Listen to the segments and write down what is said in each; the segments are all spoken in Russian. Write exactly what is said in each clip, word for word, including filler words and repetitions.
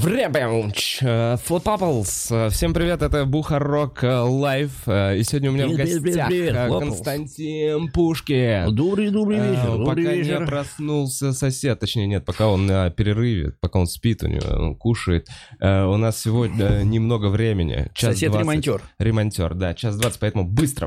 Вребенч, Флопаплс, всем привет, это Бухарок Лайв, и сегодня у меня привет, в гостях привет, привет, Константин Пушкин. Добрый-добрый вечер, а, добрый Пока вечер. не проснулся сосед, точнее нет, пока он на перерыве, пока он спит, у него он кушает. А, у нас сегодня немного времени, час Сосед-ремонтер. Ремонтер, да, час двадцать, поэтому быстро,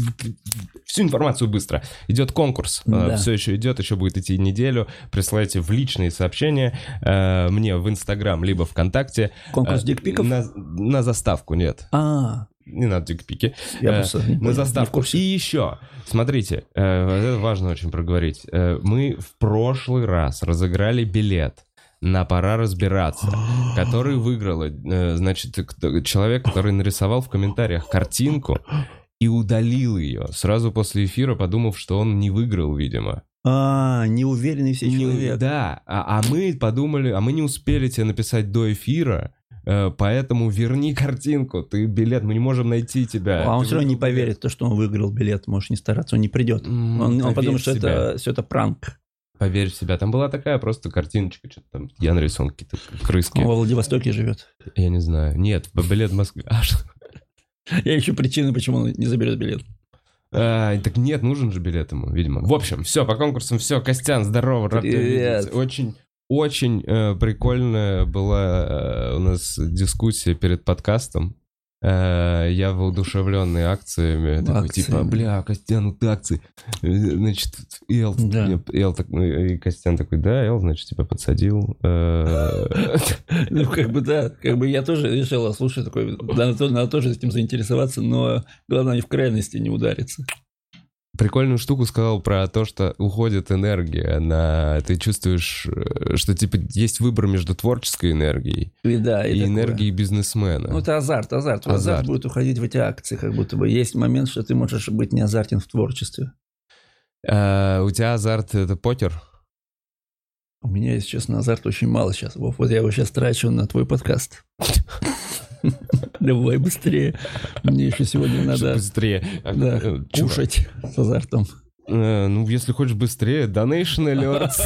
всю информацию быстро. Идет конкурс, Да. все еще идет, еще будет идти неделю. Присылайте в личные сообщения э, мне в Инстаграм, либо ВКонтакте. Конкурс Э, дикпиков? На, на заставку, нет. А, Не надо дикпики. я Э, просто не на понял, не в заставку. курсе. И еще, смотрите, э, вот это важно очень проговорить. Э, мы в прошлый раз разыграли билет на «Пора разбираться», который выиграл, э, значит, кто- человек, который нарисовал в комментариях картинку и удалил ее сразу после эфира, подумав, что он не выиграл, видимо. А, неуверенный все Не- человек. Да, а, а мы подумали, а мы не успели тебе написать до эфира, э, поэтому верни картинку, ты билет, мы не можем найти тебя. А он Ты все равно не выиграл билет. поверит в то, что он выиграл билет. Можешь не стараться, он не придет. М, Он, он поверь подумает, в что себя. это все это пранк. Поверь в себя. Там была такая просто картиночка, что-то там, я нарисовал какие-то крыски. Он во Владивостоке живет. Я не знаю. Нет, билет в Москве. А, что? Я ищу причины, почему он не заберет билет. А, так нет, нужен же билет ему, видимо. В общем, все, по конкурсам все. Костян, здорово, рад тебя Привет. видеть. Очень, очень э, прикольная была э, у нас дискуссия перед подкастом. Э, я воодушевленный акциями. Такой, Акциями. типа, бля, Костян, вот акции. Э, Значит, Эл, Да. Эл так- ну, и Костян такой, да, Эл, значит, тебя подсадил. Э, Ну, как бы, да, как бы я тоже решил, слушай, такой, надо, то- надо тоже этим заинтересоваться, но главное, в крайности не удариться. Прикольную штуку сказал про то, что уходит энергия на... Ты чувствуешь, э, что типа есть выбор между творческой энергией И да, и и такое. энергией бизнесмена. Ну, это азарт, азарт. Азарт. Азарт. будет уходить в эти акции, как будто бы. Есть момент, что ты можешь быть не азартен в творчестве. А, у тебя азарт — это покер? У меня, если честно, азарт очень мало сейчас. Вов, вот я его сейчас трачу на твой подкаст. Давай быстрее. Мне еще сегодня Что надо быстрее. А, да, э, чувак, кушать с азартом. э, ну, если хочешь быстрее, donation alerts.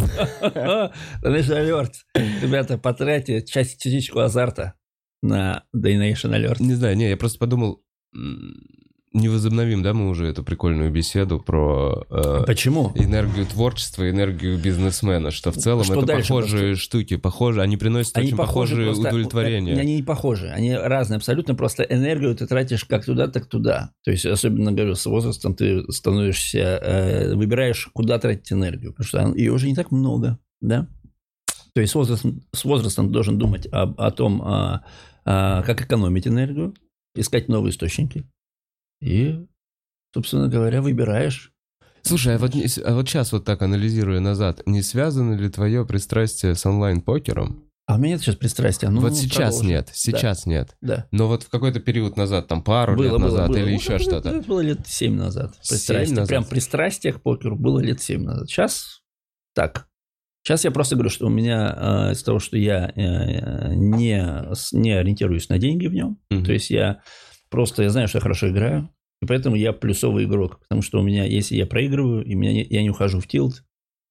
Donation Alert. Ребята, потратьте часть, частичку азарта на Donation Alert. Не знаю, не, я просто подумал, м, не возобновим, да, мы уже эту прикольную беседу про э, Почему? энергию творчества, энергию бизнесмена, что в целом Что это дальше похожие штуки, похожие, они приносят Они очень похожи похожие просто- удовлетворения. Они не похожи, они разные абсолютно, просто энергию ты тратишь как туда, так туда. То есть, особенно, говорю, с возрастом ты становишься, э, выбираешь, куда тратить энергию, потому что ее уже не так много, да? То есть, с возрастом, с возрастом ты должен думать об- о, том, а, а, как экономить энергию, искать новые источники. И, собственно говоря, выбираешь. Слушай, а вот, не- а вот сейчас вот так анализируя назад, не связано ли твое пристрастие с онлайн-покером? А у меня нет сейчас пристрастия. Ну, вот сейчас продолжим. нет, сейчас нет. Да. Но вот в какой-то период назад, там пару Было, лет было, назад было. или Ну, еще это- что-то. Это было лет семь назад. Семь Пристрастие. назад? Прям пристрастие к покеру было лет семь назад. Сейчас так. Сейчас я просто говорю, что у меня э, из-за того, что я э, не, с- не ориентируюсь на деньги в нем, Мгм. то есть я просто, я знаю, что я хорошо играю, и поэтому я плюсовый игрок, потому что у меня, если я проигрываю, и меня не- я не ухожу в тилт,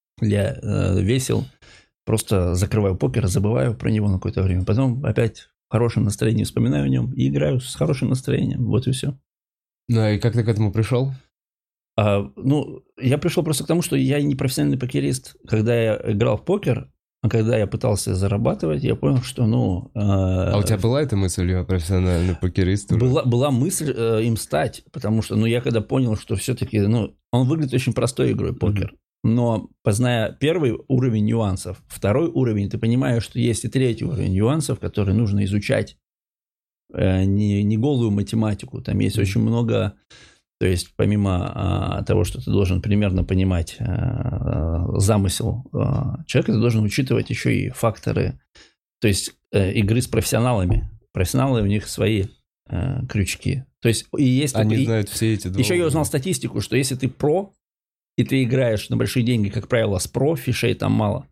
я э, весел, просто закрываю покер, забываю про него на какое-то время, потом опять в хорошем настроении вспоминаю о нем и играю с хорошим настроением, вот и все. Ну и как ты к этому пришел? А, ну, я пришел просто к тому, что я не профессиональный покерист. Когда я играл в покер, а когда я пытался зарабатывать, я понял, что, ну... А у тебя была эта мысль, я профессиональный покерист? уже? была, была мысль э, им стать, потому что, ну, я когда понял, что все-таки, ну, он выглядит очень простой игрой, покер. Но, позная первый уровень нюансов, второй уровень, ты понимаешь, что есть и третий уровень нюансов, которые нужно изучать. Э, не, не голую математику, там есть Мгм. очень много... То есть, помимо а, того, что ты должен примерно понимать а, замысел а, человека, ты должен учитывать еще и факторы, то есть э, игры с профессионалами. Профессионалы, у них свои э, крючки. То есть, и есть Они такой- и- знают все эти два. еще я уровня. узнал статистику, что если ты про, и ты играешь на большие деньги, как правило, с про, фишей там мало,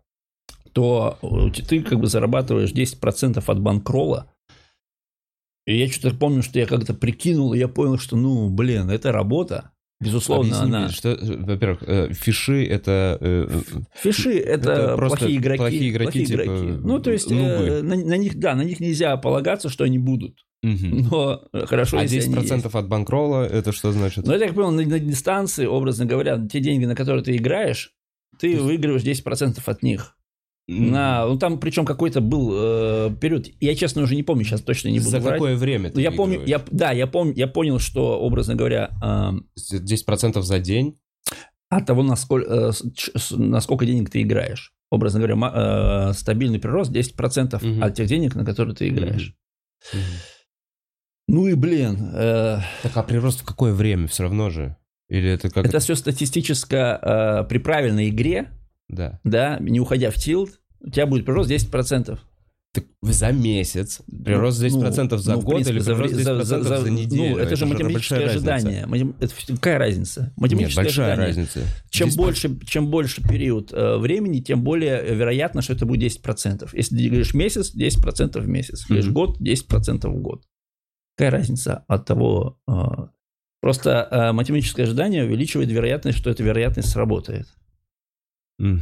то ты как бы зарабатываешь десять процентов от банкролла. И я что-то помню, что я как-то прикинул, и я понял, что, ну, блин, это работа. Безусловно, Объясни она... мне, что, во-первых, э, фиши — это... э, Фиши — это, это просто плохие игроки. плохие игроки, плохие типа, игроки. Ну, то есть, нубы. э, на, на них, да, на них нельзя полагаться, что они будут. Мгм. Но хорошо, А если десять процентов от банкролла — это что значит? Ну, я так понял, на, на дистанции, образно говоря, те деньги, на которые ты играешь, ты есть... выигрываешь десять процентов от них. Mm-hmm. На, ну, там причем какой-то был э, период, я, честно, уже не помню, сейчас точно не буду За врать. какое время ты я помню, я, Да, я, помню, я понял, что, образно говоря... Э, десять процентов за день? От того, насколько, э, насколько денег ты играешь. Образно говоря, э, стабильный прирост десять процентов mm-hmm. от тех денег, на которые ты играешь. Mm-hmm. Mm-hmm. Ну и, блин... Э, так, а прирост в какое время? Все равно же? Или это как... Это все статистическое э, при правильной игре. Да. Да, не уходя в тилт, у тебя будет прирост десять процентов. Так за месяц, прирост десять процентов ну, за ну, год принципе, или прирост десять процентов за, за, за неделю? Ну, это, это же математическое ожидание. Это, какая разница? Математическое Нет, большая ожидание. разница. Чем больше, чем больше период э, времени, тем более вероятно, что это будет десять процентов. Если ты говоришь месяц, десять процентов в месяц. Если говоришь mm-hmm. год, десять процентов в год. Какая разница от того... Э, просто э, математическое ожидание увеличивает вероятность, что эта вероятность сработает. Mm.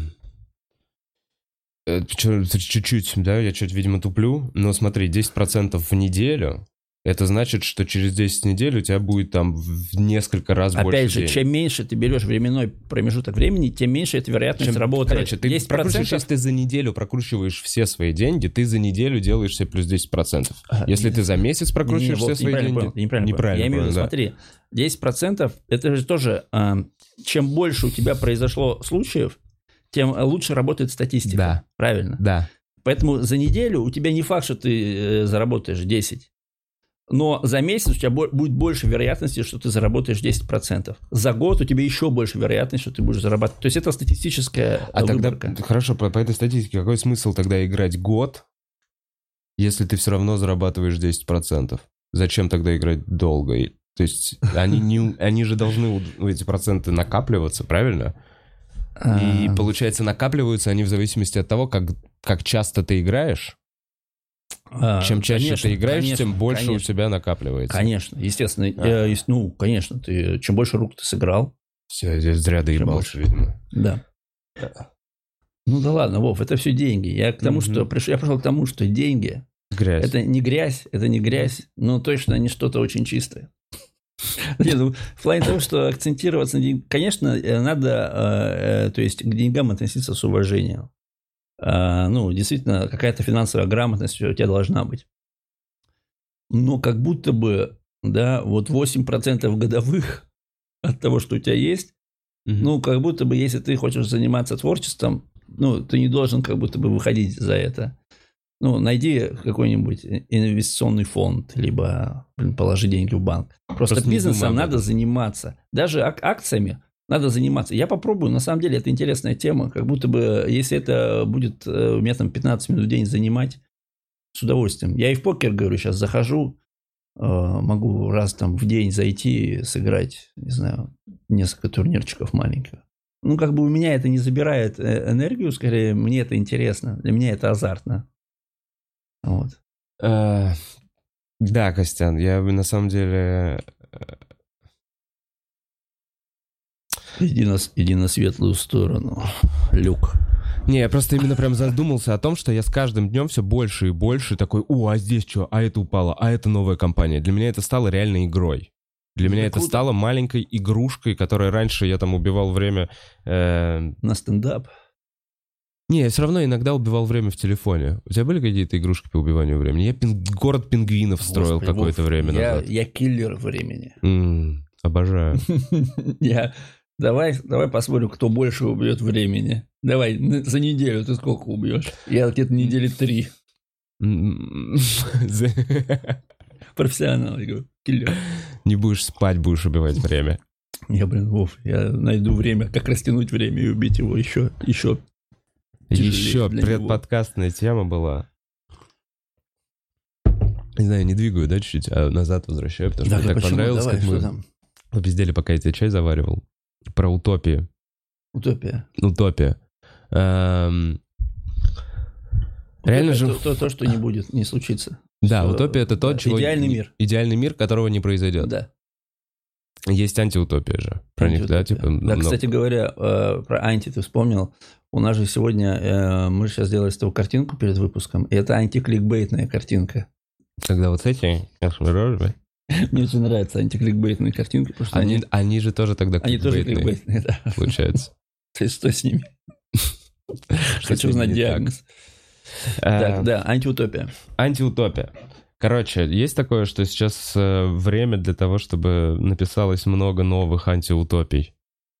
Чуть-чуть, да, я чуть, видимо, туплю, но смотри, десять процентов в неделю, это значит, что через десять недель у тебя будет там в несколько раз Опять больше Опять же, денег. Чем меньше ты берешь временной промежуток времени, тем меньше эта вероятность чем, работает. Короче, ты десять процентов... если ты за неделю прокручиваешь все свои деньги, ты за неделю делаешь себе плюс десять процентов. А, если нет, ты за месяц прокручиваешь не, все свои деньги... Понял, неправильно, неправильно Я имею в виду, да. смотри, десять процентов это же тоже, э, чем больше у тебя произошло случаев, тем лучше работает статистика. Да. Правильно? Да. Поэтому за неделю у тебя не факт, что ты э, заработаешь десять. Но за месяц у тебя будет больше вероятности, что ты заработаешь десять процентов. За год у тебя еще больше вероятности, что ты будешь зарабатывать. То есть это статистическая а выборка. Тогда, хорошо, по, по этой статистике какой смысл тогда играть год, если ты все равно зарабатываешь десять процентов? Зачем тогда играть долго? То есть они, не, они же должны, эти проценты, накапливаться, правильно? И, получается, накапливаются они в зависимости от того, как, как часто ты играешь. А, Чем чаще конечно, ты играешь, конечно, тем больше конечно. у тебя накапливается. Конечно, естественно. А. Я, ну, конечно, ты, чем больше рук ты сыграл. Все, я зря доебался, видимо. Да. Ну да ладно, Вов, это все деньги. Я к тому, mm-hmm. что пришел, я пришел к тому, что деньги... Грязь. Это не грязь, это не грязь, но точно они что-то очень чистое. Нет, ну, в плане того, что акцентироваться на деньгах, конечно, надо, э, то есть к деньгам относиться с уважением. Э, ну, действительно, какая-то финансовая грамотность у тебя должна быть. Но как будто бы, да, вот восемь процентов годовых от того, что у тебя есть, mm-hmm. ну, как будто бы, если ты хочешь заниматься творчеством, ну, ты не должен как будто бы выходить за это. Ну, найди какой-нибудь инвестиционный фонд, либо, блин, положи деньги в банк. Просто, Просто бизнесом надо заниматься. Даже ак- акциями надо заниматься. Я попробую, на самом деле, это интересная тема. Как будто бы, если это будет у меня там пятнадцать минут в день занимать, с удовольствием. Я и в покер, говорю, сейчас захожу, могу раз там в день зайти и сыграть, не знаю, несколько турнирчиков маленьких. Ну, как бы у меня это не забирает энергию, скорее, мне это интересно. Для меня это азартно. Вот. А, да, Костян, я бы на самом деле... Иди на, иди на светлую сторону, Люк. Не, я просто именно прям задумался о том, что я с каждым днем все больше и больше такой, о, а здесь что, а это упало, а это новая компания. Для меня это стало реальной игрой. Для меня это стало маленькой игрушкой, которой раньше я там убивал время... Э... На стендап? Не, я все равно иногда убивал время в телефоне. У тебя были какие-то игрушки по убиванию времени? Я пин... город пингвинов строил Господи, какое-то Вов, время я, назад. Я киллер времени. Mm, обожаю. Я... Давай, давай посмотрим, кто больше убьет времени. Давай, за неделю ты сколько убьешь? Я где-то недели три. Профессионал, я говорю, киллер. Не будешь спать, будешь убивать время. Я, блин, Вов, я найду время, как растянуть время и убить его еще, еще. Еще предподкастная тема была. Не знаю, не двигаю, да, чуть-чуть, а назад возвращаю, потому что да, мне так понравилось, давай, как мы там? Попиздели, пока я тебе чай заваривал. Про утопию. Утопия. Утопия. Эм... Реально же... То, то, то, что не будет, не случится. Да, что... утопия — это то, да. чего... Идеальный мир. Идеальный мир, которого не произойдет. Да. Есть антиутопия же. Про них, да? Типа, Да, много... кстати говоря, про анти ты вспомнил. У нас же сегодня, мы сейчас сделали с тобой картинку перед выпуском, и это антикликбейтная картинка. Когда вот эти... Мне очень нравятся антикликбейтные картинки, потому что они, они... Они же тоже тогда Они тоже кликбейтные, да. Получается. То есть что с ними? Хочу узнать диагноз. Так, да, антиутопия. Антиутопия. Короче, есть такое, что сейчас время для того, чтобы написалось много новых антиутопий.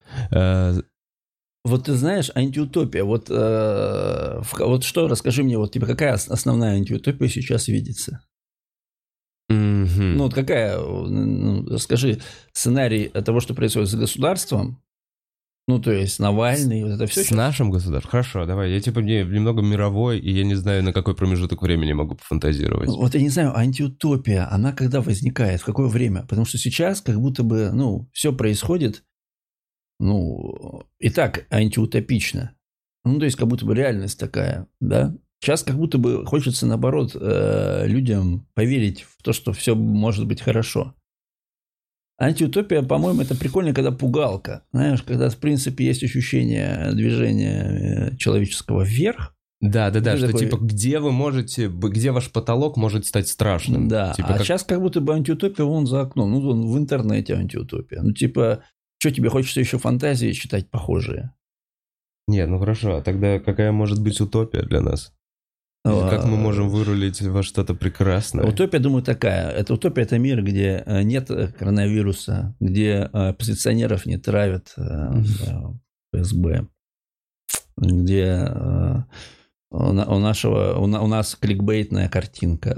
Вот ты знаешь, антиутопия, вот, э, вот что, расскажи мне, вот тебе какая основная антиутопия сейчас видится? Mm-hmm. Ну, вот какая, ну, расскажи, сценарий того, что происходит с государством, ну, то есть Навальный, вот это все. С сейчас? Нашим государством? Хорошо, давай, я типа немного мировой, и я не знаю, на какой промежуток времени могу пофантазировать. Вот я не знаю, антиутопия, она когда возникает, в какое время? Потому что сейчас как будто бы, ну, все происходит, ну, и так антиутопично. Ну, то есть, как будто бы реальность такая, да? Сейчас как будто бы хочется, наоборот, людям поверить в то, что все может быть хорошо. Антиутопия, по-моему, это прикольно, когда пугалка. Знаешь, когда, в принципе, есть ощущение движения человеческого вверх. Да, да, да, что такой... типа, где вы можете, где ваш потолок может стать страшным. Да, типа, а как... сейчас как будто бы антиутопия вон за окном. Ну, вон в интернете антиутопия. Ну, типа... Что, тебе хочется еще фантазии читать похожие? Нет, ну хорошо, а тогда какая может быть утопия для нас? А... Как мы можем вырулить во что-то прекрасное? Утопия, думаю, такая. Это утопия – это мир, где нет коронавируса, где оппозиционеров не травят ФСБ, где у нашего, у нас кликбейтная картинка.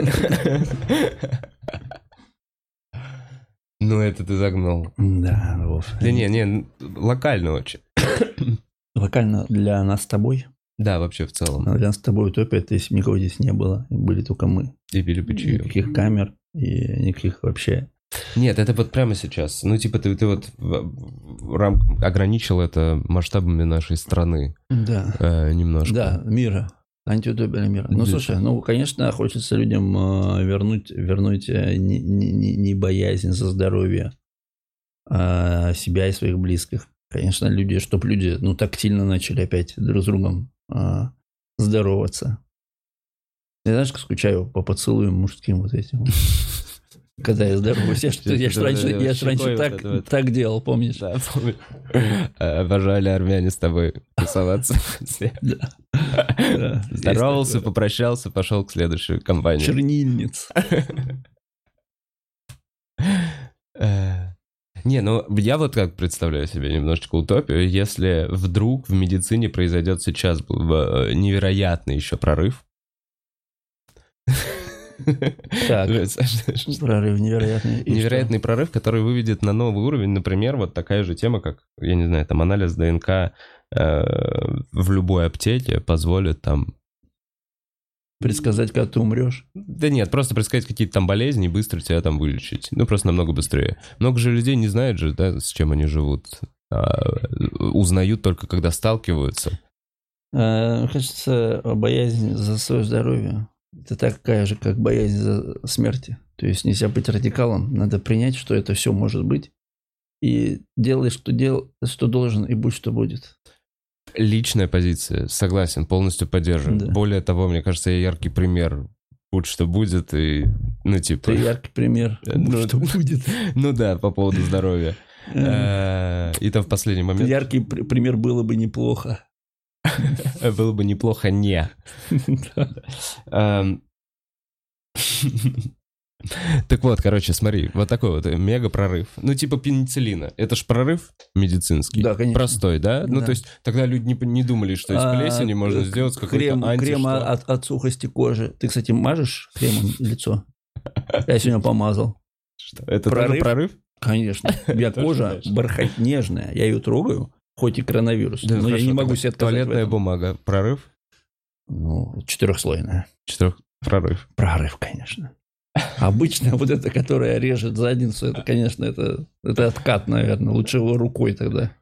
Ну, это ты загнул. Да, вот. Да не, не, локально очень. Локально для нас с тобой? Да, вообще в целом. Для нас с тобой утопия, то есть никого здесь не было, были только мы. И пили по чаю. Никаких камер и никаких вообще... Нет, это вот прямо сейчас. Ну, типа, ты, ты вот в рам... ограничил это масштабами нашей страны. Да. Э, немножко. Да, мира. Антиутопия мира. Ну, слушай, ну, конечно, хочется людям вернуть, вернуть не, не, не боязнь за здоровье а себя и своих близких. Конечно, люди, чтобы люди, ну, тактильно начали опять друг с другом а, здороваться. Я, знаешь, как скучаю по поцелуям мужским вот этим. Когда я здороваюсь. Я же раньше, я ж раньше так, вот вот. так делал, помнишь? Да, помню. Обожали армяне с тобой тусоваться. Здоровался, попрощался, пошел к следующей компании. Чернильниц. Не, ну я вот как представляю себе немножечко утопию, если вдруг в медицине произойдет сейчас невероятный еще прорыв. Так, прорыв невероятный. Невероятный что? Прорыв, который выведет на новый уровень, например, вот такая же тема, как, я не знаю, там анализ ДНК э, в любой аптеке позволит там... Предсказать, когда ты умрешь? Да нет, просто предсказать какие-то там болезни и быстро тебя там вылечить. Ну, просто намного быстрее. Много же людей не знают же, да, с чем они живут. А, узнают только, когда сталкиваются. А, кажется, боязнь за свое здоровье. Это такая же, как боязнь за смерти. То есть нельзя быть радикалом. Надо принять, что это все может быть. И делай, что, дел... что должен, и будь, что будет. Личная позиция. Согласен, полностью поддерживаю. Да. Более того, мне кажется, я яркий пример. Будь, что будет. И, ну, типа... Ты яркий пример. Будь, ну, что будет. Ну да, по поводу здоровья. И там в последний момент... Яркий пример было бы неплохо. Было бы неплохо не. Так вот, короче, смотри, вот такой вот мега прорыв. Ну, типа пенициллина. Это ж прорыв медицинский. Да, конечно. Простой, да? Ну, да. то есть тогда люди не, не думали, что из плесени а, можно сделать какой-то крем, анти... Крем от, от сухости кожи. Ты, кстати, мажешь кремом лицо? Я сегодня помазал. Что? Это прорыв? прорыв? Конечно. У меня кожа бархат нежная. Я ее трогаю. Хоть и коронавирус, да, но хорошо, я не могу себе отказать. Туалетная бумага. Прорыв? Ну, четырехслойная. Четырех... Прорыв. Прорыв, конечно. Обычная вот эта, которая режет задницу, это, конечно, это, это откат, наверное. Лучше его рукой тогда.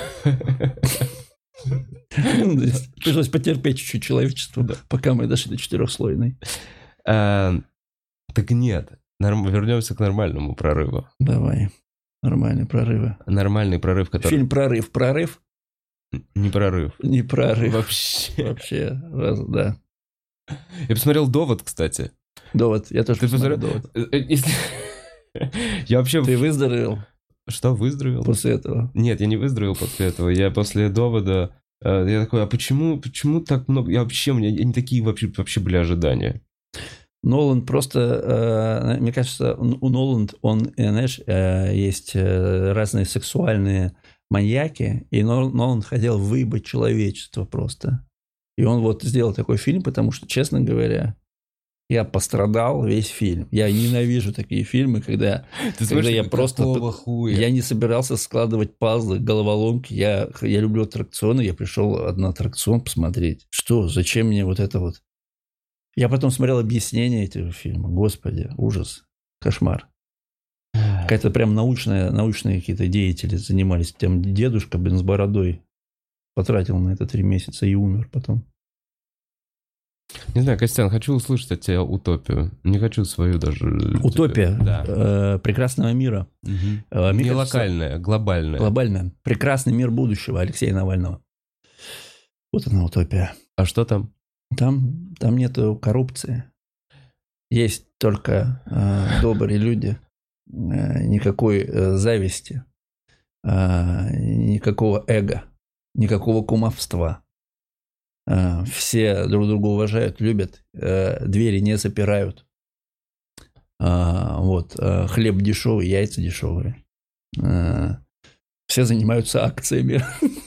Пришлось потерпеть чуть-чуть человечеству, пока мы дошли до четырехслойной. Так нет. Вернемся к нормальному прорыву. Давай. Нормальные прорывы. Нормальный прорыв, который... Фильм «Прорыв». Прорыв? Не прорыв. Не прорыв. Вообще. Вообще, раз, да. Я посмотрел «Довод», кстати. «Довод». Я тоже Ты посмотрел посмотрел? «Довод». Если- Я вообще... Ты выздоровел Что, выздоровел? после этого? Нет, я не выздоровел после этого. Я после «Довода», э, я такой, а почему, почему так много? Я вообще, у меня не такие вообще, вообще были ожидания. Нолан просто, э, мне кажется, у Нолан, он, э, знаешь, э, есть э, разные сексуальные маньяки, и Нол- Нолан хотел выебать человечество просто. И он вот сделал такой фильм, потому что, честно говоря, я пострадал весь фильм. Я ненавижу такие фильмы, когда, Ты когда смотришь, я просто... какого хуя? Я не собирался складывать пазлы, головоломки. Я, я люблю аттракционы. Я пришел на аттракцион посмотреть. Что? Зачем мне вот это вот? Я потом смотрел объяснение этого фильма. Господи, ужас. Кошмар. Какая-то прям научная, научные какие-то деятели занимались. Там дедушка, блин, с бородой потратил на это три месяца и умер потом. Не знаю, Костян, хочу услышать от тебя утопию. Не хочу свою даже... Утопия Да. э, прекрасного мира. Мгм. Э, мне Не кажется, локальная, глобальная. глобальная. Прекрасный мир будущего Алексея Навального. Вот она утопия. А что там? Там, там нету коррупции. Есть только э, добрые люди. Э, никакой э, зависти. Э, никакого эго. Никакого кумовства. Э, все друг друга уважают, любят. Э, двери не запирают. Э, вот, э, хлеб дешевый, яйца дешевые. Э, все занимаются акциями.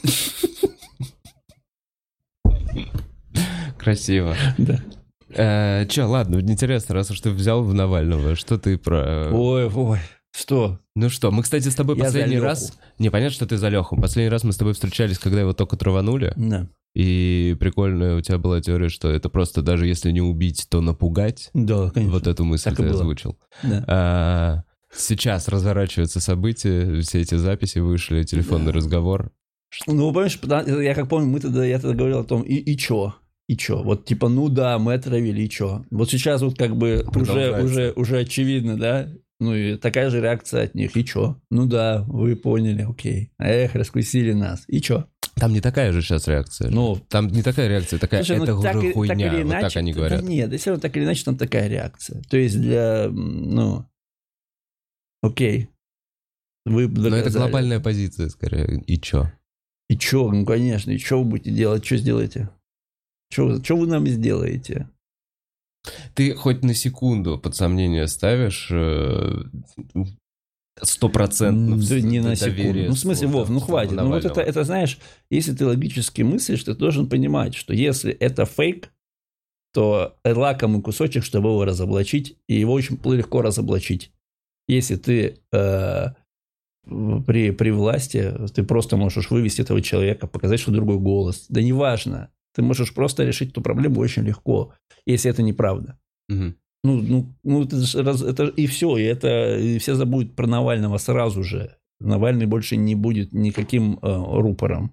Красиво. Да. Э, Че, ладно, интересно, раз уж ты взял в Навального, что ты про... Ой, ой, что? Ну что, мы, кстати, с тобой Я за последний Леху. раз... Не, понятно, что ты за Леху. Последний раз мы с тобой встречались, когда его только траванули. Да. И прикольная у тебя была теория, что это просто даже если не убить, то напугать. Да, конечно. Вот эту мысль Так и ты было. озвучил. Да. А, сейчас разворачиваются события, все эти записи вышли, телефонный Да. разговор. Ну, понимаешь, потому- я как помню, мы тогда, я тогда говорил о том, и, и чё? И чё? Вот типа, ну да, мы отравили, и чё? Вот сейчас вот как бы уже, Продолжается. уже, уже очевидно, да? Ну и такая же реакция от них, и чё? Ну да, вы поняли, окей. Эх, раскусили нас, и чё? Там не такая же сейчас реакция. Ну, Там не такая реакция, такая, слушай, ну, это так уже и- хуйня, так или вот так иначе- они да говорят. нет, да все равно так или иначе там такая реакция. То есть для, м, ну, окей. Вы Но это доказали. глобальная позиция, скорее. И чё? И чё, ну конечно, и чё вы будете делать, что сделаете? Чё, чё вы нам сделаете? Ты хоть на секунду под сомнение ставишь э, стопроцентно М, да не на доверие секунду. Ну, в смысле, вот, Вов, ну хватит. Ну, вот это, это, знаешь, если ты логически мыслишь, ты должен понимать, что если это фейк, то это лакомый кусочек, чтобы его разоблачить, и его очень легко разоблачить. Если ты э, при, при власти, ты просто можешь вывести этого человека, показать, что другой голос. Да неважно. Ты можешь просто решить эту проблему очень легко, если это неправда. Мгм. Ну, ну, ну это, ж раз- это и все, и это и все забудут про Навального сразу же. Навальный больше не будет никаким э, рупором.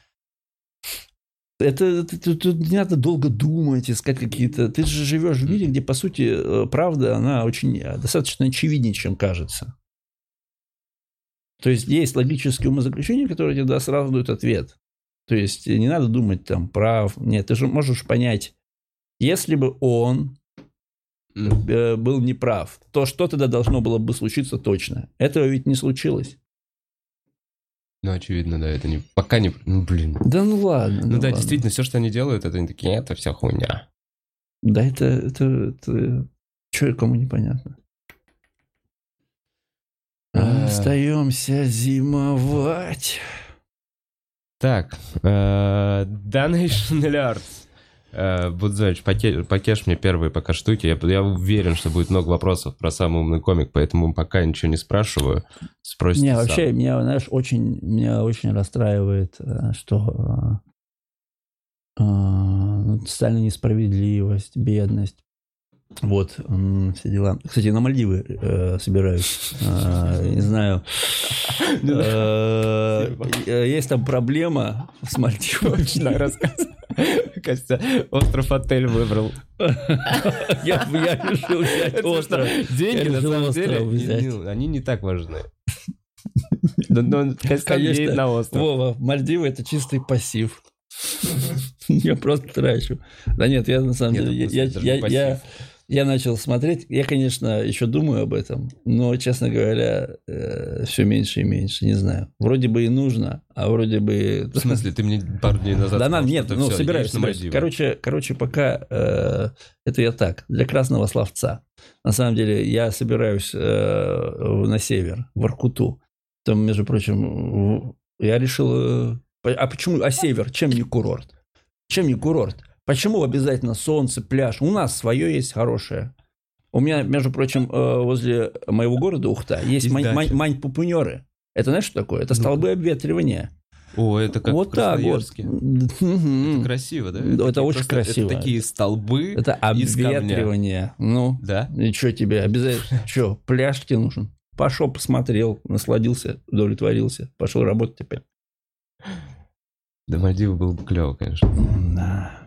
Это, это- тут, тут не надо долго думать, искать какие-то. Ты же живешь в мире, где по сути э, правда, она очень э, достаточно очевиднее, чем кажется. То есть есть логические умозаключения, которые тебе да, сразу дают ответ. То есть не надо думать там прав. Нет, ты же можешь понять, если бы он М. э, был неправ, то что тогда должно было бы случиться точно? Этого ведь не случилось. Ну, очевидно, да, это не... Пока не... Ну, блин. Да ну ладно. Ну, да, ладно. действительно, все, что они делают, это они такие, это все хуйня. Да это, это, это... Что кому непонятно? А. Остаемся зимовать. Так, э, Donation Alerts. Э, Будзович, поке- покеш мне первые пока штуки. Я, я уверен, что будет много вопросов про самый умный комик, поэтому пока ничего не спрашиваю. Спросите Не, сам. вообще, меня, знаешь, очень, меня очень расстраивает, э, что э, э, ну, социальная несправедливость, бедность. Вот, м, все дела. Кстати, на Мальдивы э, собираюсь. Э, не знаю. Э, э, Есть там проблема с Мальдивами. Начинай рассказывать. Костя, остров отель выбрал. Я я решил взять Это остров. что, деньги, Я на решил самом остров деле, не- взять. не- они не так важны. Костян едет на остров. Вова, Мальдивы — это чистый пассив. Я просто трачу. Да нет, я на самом деле... Я Я начал смотреть, я, конечно, еще думаю об этом, но, честно говоря, э, все меньше и меньше, не знаю. Вроде бы и нужно, а вроде бы... В смысле, ты мне пару дней назад да, сказал, нам нет, ну, все, собираюсь, собираюсь. Короче, короче, пока э, это я так, для красного словца. На самом деле, я собираюсь э, на север, в Воркуту. Там, между прочим, я решил... Э, а почему? А север? Чем не курорт? Чем не курорт? Почему обязательно солнце, пляж? У нас свое есть хорошее. У меня, между прочим, возле моего города Ухта есть мань-пупунеры. Это знаешь, что такое? Это столбы обветривания. О, это как вот в Красноярске. Вот. Это красиво, да? Это, это очень красиво. Это такие столбы это обветривание. Ну, да? И что тебе? Обязательно? Что, пляж тебе нужен? Пошел, посмотрел, насладился, удовлетворился. Пошел работать теперь. Да, Мальдивы было бы клево, конечно. Да.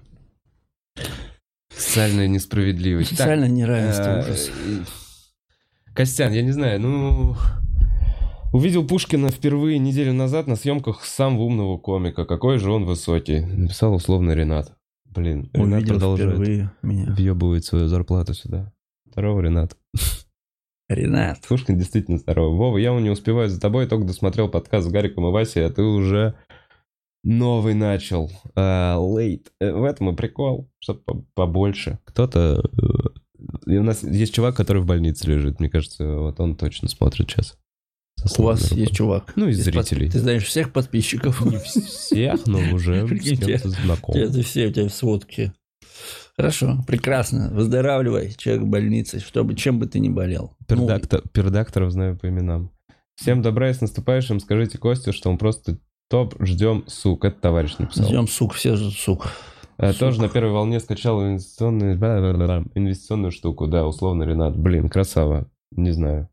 Социальная несправедливость. Социальное неравенство, ужас. Костян, я не знаю, ну... Увидел Пушкина впервые неделю назад на съемках самого умного комика. Какой же он высокий. Написал условно Ренат. Блин, Ренат продолжает въебывать свою зарплату сюда. Здорово, Ренат. Ренат. Пушкин действительно здорово. Вова, я не успеваю за тобой, только досмотрел подкаст с Гариком и Васей, а ты уже... Новый начал. Лейт. Uh, uh, в этом и прикол. Что-то побольше. Кто-то... Uh, у нас есть чувак, который в больнице лежит. Мне кажется, вот он точно смотрит сейчас. У вас рукой. Есть чувак? Ну, из, из зрителей. Под... Ты знаешь всех подписчиков? Не всех, но уже с кем-то знаком. Это все у тебя в сводке. Хорошо, прекрасно. Выздоравливай, человек в больнице, чтобы чем бы ты ни болел. Пердактор, ну... Пердакторов знаю по именам. Всем добра и с наступающим. Скажите Косте, что он просто... Топ, ждем, сук. Это товарищ написал. Ждем, сук, все же сук. А, сук. Тоже на первой волне скачал инвестиционную, инвестиционную штуку. Да, условно, Ренат. Блин, красава. Не знаю.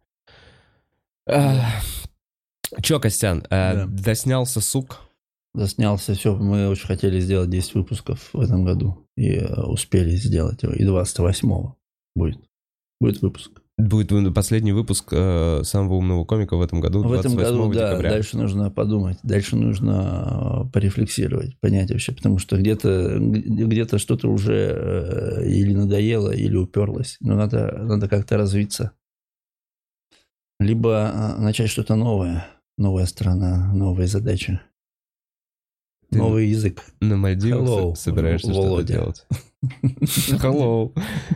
А, Че, Костян, а, да. Доснялся сук? Доснялся, все. Мы очень хотели сделать десять выпусков в этом году. И успели сделать его. И двадцать восьмого будет. Будет выпуск. Будет последний выпуск э, самого умного комика в этом году, в этом году, да, декабря. Дальше нужно подумать, дальше нужно порефлексировать, понять вообще, потому что где-то, где-то что-то уже э, или надоело, или уперлось. Но надо, надо как-то развиться. Либо начать что-то новое. Новая страна, новые задачи. Ты новый язык. На Мальдивах Hello, собираешься Володя. что-то делать? Hello.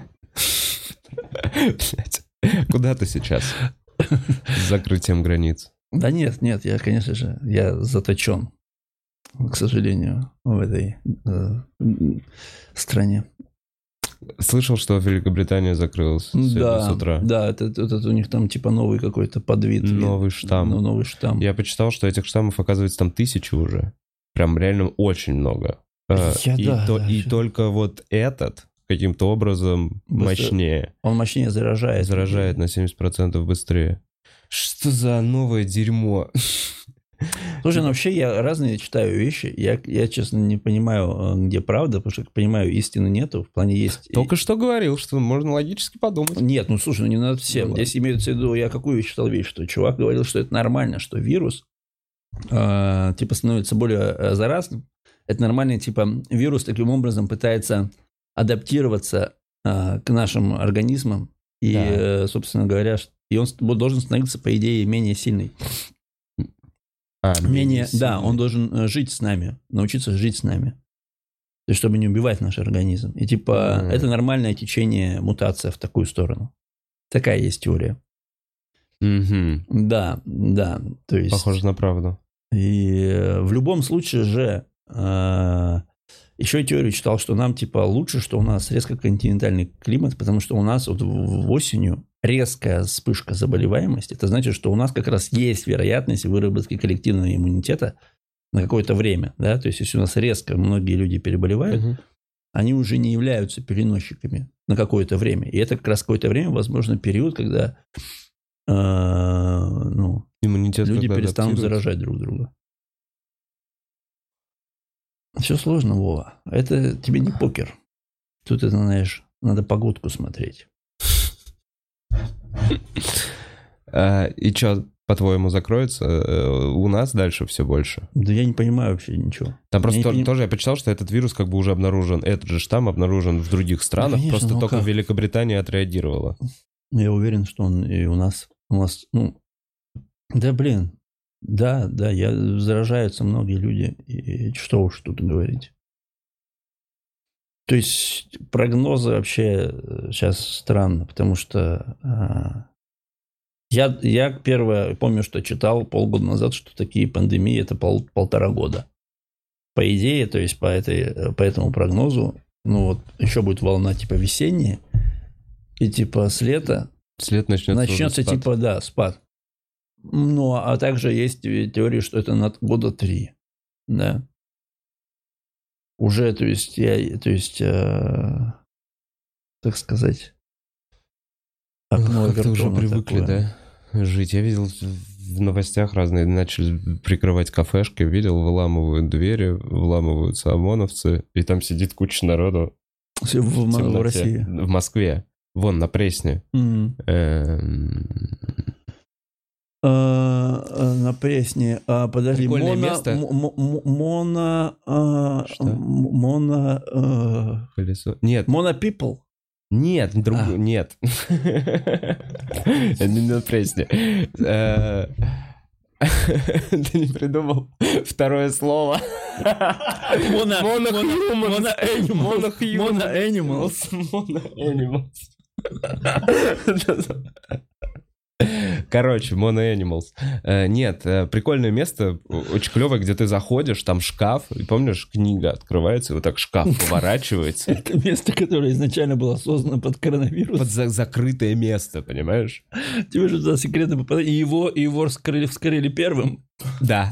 Блять. Куда ты сейчас? С закрытием границ. Да нет, нет, я, конечно же, я заточен, к сожалению, в этой э, стране. Слышал, что Великобритания закрылась сегодня да, с утра. Да, это, это, это у них там типа новый какой-то подвид. Новый штамм. Ну, новый штамм. Я почитал, что этих штаммов, оказывается, там тысячи уже. Прям реально очень много. Я, и да, то, да, и все. только вот этот каким-то образом мощнее. Он мощнее заражает. Заражает на семьдесят процентов быстрее. Что за новое дерьмо? Слушай, ну вообще я разные читаю вещи. Я, я, честно, не понимаю, где правда, потому что, как понимаю, истины нету. В плане есть... Только что говорил, что можно логически подумать. Нет, ну слушай, ну не надо всем. Ну, Здесь имеется в виду, я какую вещь читал вещь, что чувак говорил, что это нормально, что вирус э, типа становится более заразным. Это нормально, типа вирус таким образом пытается адаптироваться э, к нашим организмам. И, да. э, собственно говоря, и он должен становиться, по идее, менее сильный. А, менее, да, он должен жить с нами, научиться жить с нами. То есть, чтобы не убивать наш организм. И типа, mm. это нормальное течение, мутация в такую сторону. Такая есть теория. Mm-hmm. Да, да. То есть, похоже на правду. И в любом случае же... Э, еще теорию читал, что нам типа лучше, что у нас резко континентальный климат, потому что у нас вот в осенью резкая вспышка заболеваемости. Это значит, что у нас как раз есть вероятность выработки коллективного иммунитета на какое-то время. Да? То есть, если у нас резко многие люди переболевают, угу. они уже не являются переносчиками на какое-то время. И это как раз какое-то время, возможно, период, когда э, ну, иммунитет люди перестанут заражать друг друга. Все сложно, Вова. Это тебе не покер. Тут, это, знаешь, надо погодку смотреть. А, и что, по-твоему, закроется? У нас дальше все больше. Да я не понимаю вообще ничего. Там просто я то, поним... тоже я почитал, что этот вирус как бы уже обнаружен, этот же штамм обнаружен в других странах, да, конечно, просто только как? Великобритания отреагировала. Я уверен, что он и у нас, у нас, ну, да блин, да, да, я, заражаются многие люди, и что уж тут говорить. То есть прогнозы вообще сейчас странно, потому что а, я, я первое помню, что читал полгода назад, что такие пандемии это пол, полтора года. По идее, то есть по, этой, по этому прогнозу, ну вот еще будет волна типа весенняя, и типа с лета с лета начнется, начнется типа, да, спад. Ну, а также есть теория, что это на года три, да. Уже, то есть, я, то есть, э, так сказать, окно ну, как-то уже привыкли, такое. Да, жить. Я видел в новостях разные, начали прикрывать кафешки, видел, выламывают двери, вламываются ОМОНовцы, и там сидит куча народу. В, в, в России? В Москве. Вон, на Пресне. Mm-hmm. Эм... А, на Пресне. А, подожди. Прикольное моно, место. М- м- моно... А, Что? Моно... А... Колесо. Нет. Моно People. Нет, друг... а. Нет. Это не на Пресне. Ты не придумал второе слово. Моно-энималс. Моно-энималс. Короче, Mono Animals. Э, нет, э, прикольное место, очень клевое, где ты заходишь, там шкаф, и помнишь, книга открывается, и вот так шкаф поворачивается. Это место, которое изначально было создано под коронавирус. Под за- закрытое место, понимаешь? Тебе же туда секретно попадать. И его, и его вскрыли, вскрыли первым. Да.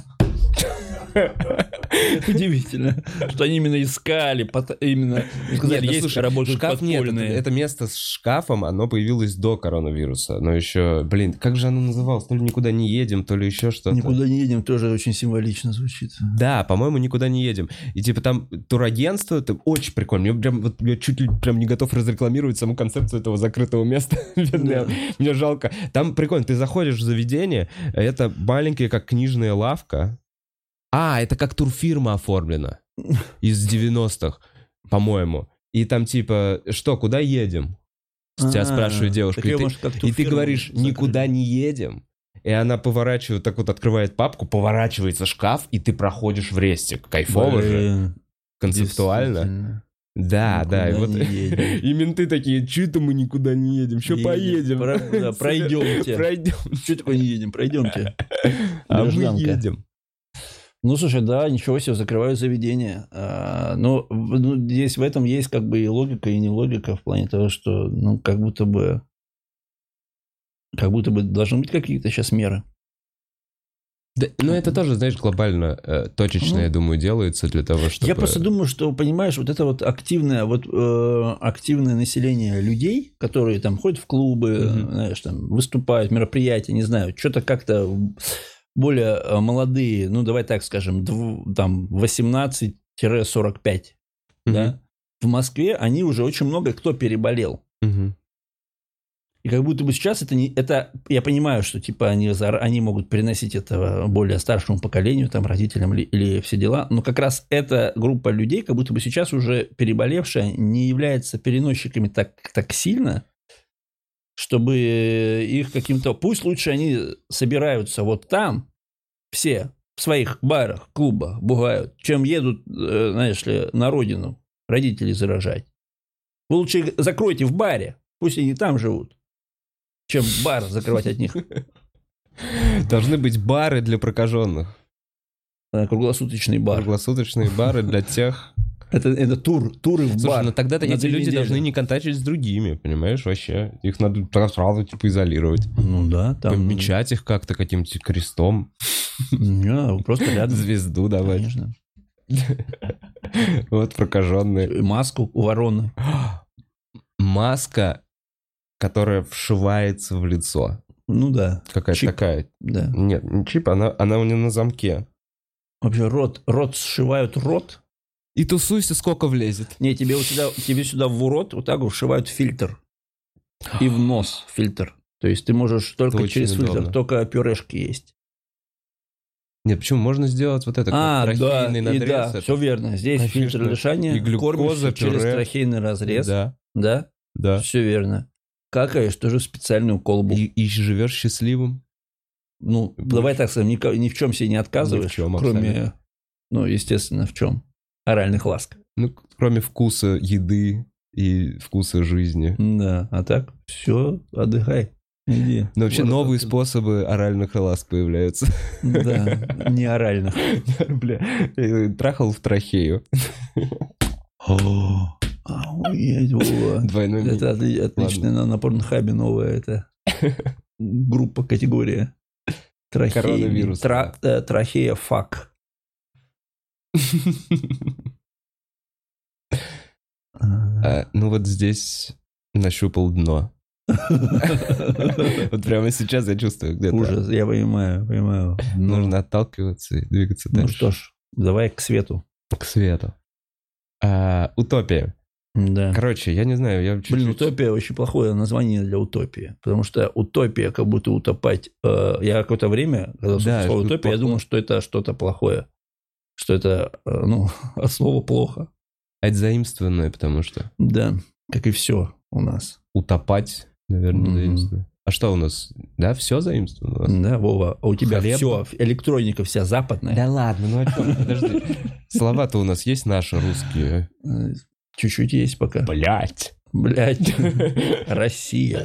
Удивительно, что они именно искали, именно сказали, нет, есть слушай, работают шкаф подпольные. Нет, это, это место с шкафом, оно появилось до коронавируса, но еще, блин, как же оно называлось? То ли «Никуда не едем», то ли еще что-то. «Никуда не едем» тоже очень символично звучит. Да, по-моему, «Никуда не едем». И типа там турагентство, это очень прикольно. Мне прям, вот, я чуть ли прям не готов разрекламировать саму концепцию этого закрытого места. Мне жалко. Там прикольно, ты заходишь в заведение, это маленькая как книжная лавка. А, это как турфирма оформлена из девяностых, по-моему. И там типа, что, куда едем? Тебя спрашивает девушка. И ты, и ты говоришь, никуда не едем. И она поворачивает, так вот открывает папку, поворачивается шкаф, и ты проходишь в рестик. Кайфово же. Концептуально. Да, да. И, вот, и менты такие, что это мы никуда не едем? Что поедем? Про, да, пройдемте. Пройдем. Что такое не едем? Пройдемте. А мы едем. Ну, слушай, да, ничего себе, закрывают заведения. А, но ну, здесь в этом есть как бы и логика, и не логика в плане того, что, ну, как будто бы, как будто бы должны быть какие-то сейчас меры. Да, ну, это тоже, знаешь, глобально, э, точечно, ну, я думаю, делается для того, чтобы... Я просто думаю, что, понимаешь, вот это вот активное, вот, э, активное население людей, которые там ходят в клубы, mm-hmm. знаешь, там, выступают, мероприятия, не знаю, что-то как-то... более молодые, ну, давай так скажем, дв, там, восемнадцать-сорок пять, mm-hmm. да, в Москве они уже очень много кто переболел. Mm-hmm. И как будто бы сейчас это не... Это, я понимаю, что, типа, они, они могут переносить это более старшему поколению, там, родителям или, или все дела, но как раз эта группа людей, как будто бы сейчас уже переболевшая, не является переносчиками так, так сильно, чтобы их каким-то... Пусть лучше они собираются вот там, все, в своих барах, клубах, бугают, чем едут, знаешь ли, на родину родителей заражать. Вы лучше закройте в баре, пусть они там живут, чем бар закрывать от них. Должны быть бары для прокаженных. Круглосуточный бар. Круглосуточные бары для тех... Это, это тур, туры в Слушай, бар. но тогда эти люди недели. должны не контактировать с другими, понимаешь, вообще. Их надо сразу, типа, изолировать. Ну да. Там... Помечать их как-то каким-то крестом. Не, просто рядом. Звезду давать. Конечно. Вот прокаженные. Маску у вороны. Маска, которая вшивается в лицо. Ну да. Какая-то чип. такая. Да. Нет, не чип, она, она у нее на замке. Вообще рот, рот сшивают рот. И тусуйся, сколько влезет. Не, тебе, вот сюда, тебе сюда в рот вот так вот вшивают фильтр. И в нос фильтр. То есть ты можешь только очень через фильтр, удобно. только пюрешки есть. Нет, почему? Можно сделать вот это, А, как да, трахейный и надрез. да, это. все верно. Здесь Конечно. фильтр дыхания, И глюкоза, кормишься через пюре. трахейный разрез. Да, Да? да. Все верно. Какаешь тоже в специальную колбу. И, и живешь счастливым. Ну, Будешь. давай так скажем, ни, ни в чем себе не отказываешь, Ни в чем, кроме, абсолютно. ну, естественно, в чем? Оральных ласк. Ну, кроме вкуса еды и вкуса жизни. Да, а так все, отдыхай. Иди. Но вообще Вот новые это. способы оральных ласк появляются. Да, не оральных. Бля, я трахал в трахею. Охуеть, Вова. Двойной ми. Это отли- отличная на, на порнхабе новая это группа, категория. Трахеи. Коронавирус. Тра- э, трахея фак. А, ну вот здесь нащупал дно. Вот прямо сейчас я чувствую где-то. Ужас, я понимаю, понимаю. Ну, Нужно отталкиваться и двигаться ну дальше. что ж, давай к свету. К свету. А, утопия. Да. Короче, я не знаю, я чуть-чуть... Блин, утопия очень плохое название для утопии. Потому что утопия, как будто утопать. Э, я какое-то время, когда Да, слышал слово что-то утопия, я плохое. думал, что это что-то плохое. Что это, э, ну, от слова плохо. А это заимствованное, потому что Да, как и все у нас. утопать, наверное, Мгм. заимствовано. А что у нас? Да, все заимствовано у нас? Да, Вова, а у тебя Хлеб. все, электроника вся западная. Да ладно, ну о чем? Подожди. Слова-то у нас есть наши русские. Э, Чуть-чуть есть пока. Блять. Блять, Россия.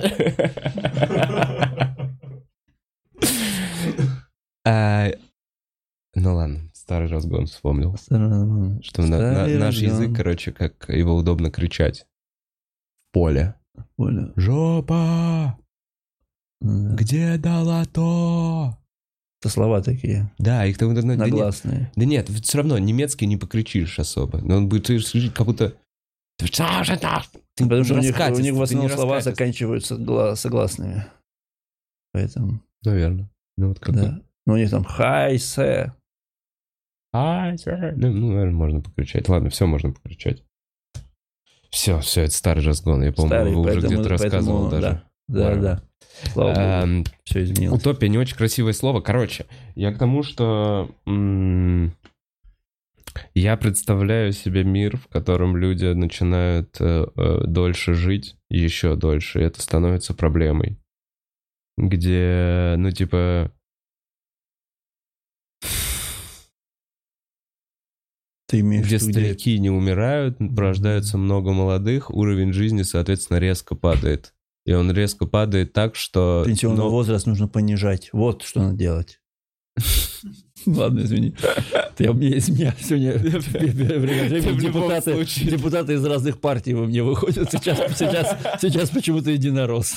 А, ну ладно, старый разгон вспомнил. Что на- на- Старый наш разгон. язык, короче, как его удобно кричать. В поле. Понял. Жопа! Да. Где долото? Это слова такие, Да, их там... Да нет, нагласные. да нет, все равно немецкий не покричишь особо. Но он будет слышать, как будто... Ты Потому что у них, у раскатист, них в ты основном не слова раскатист. заканчиваются гла- согласными. Поэтому, Наверное. Ну, вот как да. Но у них там хай, се. Ай, сэр. Ну, ну, наверное, можно покричать. Ладно, все можно покричать. Все, все, это старый разгон. Я, по-моему, Старый, вы уже поэтому- где-то рассказывал поэтому, даже. Да, Ладно. да. Слава богу, Эм, все изменилось. Утопия не очень красивое слово. Короче, я к тому, что м, я представляю себе мир, в котором люди начинают э, э, дольше жить, еще дольше, и это становится проблемой. Где, ну, типа... Ты имеешь где в виду, где- старики не умирают, рождается много молодых, уровень жизни, соответственно, резко падает. И он резко падает так, что... Пенсионный но- возраст нужно понижать. Вот что надо делать. Ладно, извини. Ты у меня из меня сегодня время от времени В любом депутаты, случае. депутаты из разных партий во мне выходят. Сейчас, сейчас, сейчас почему-то единорос.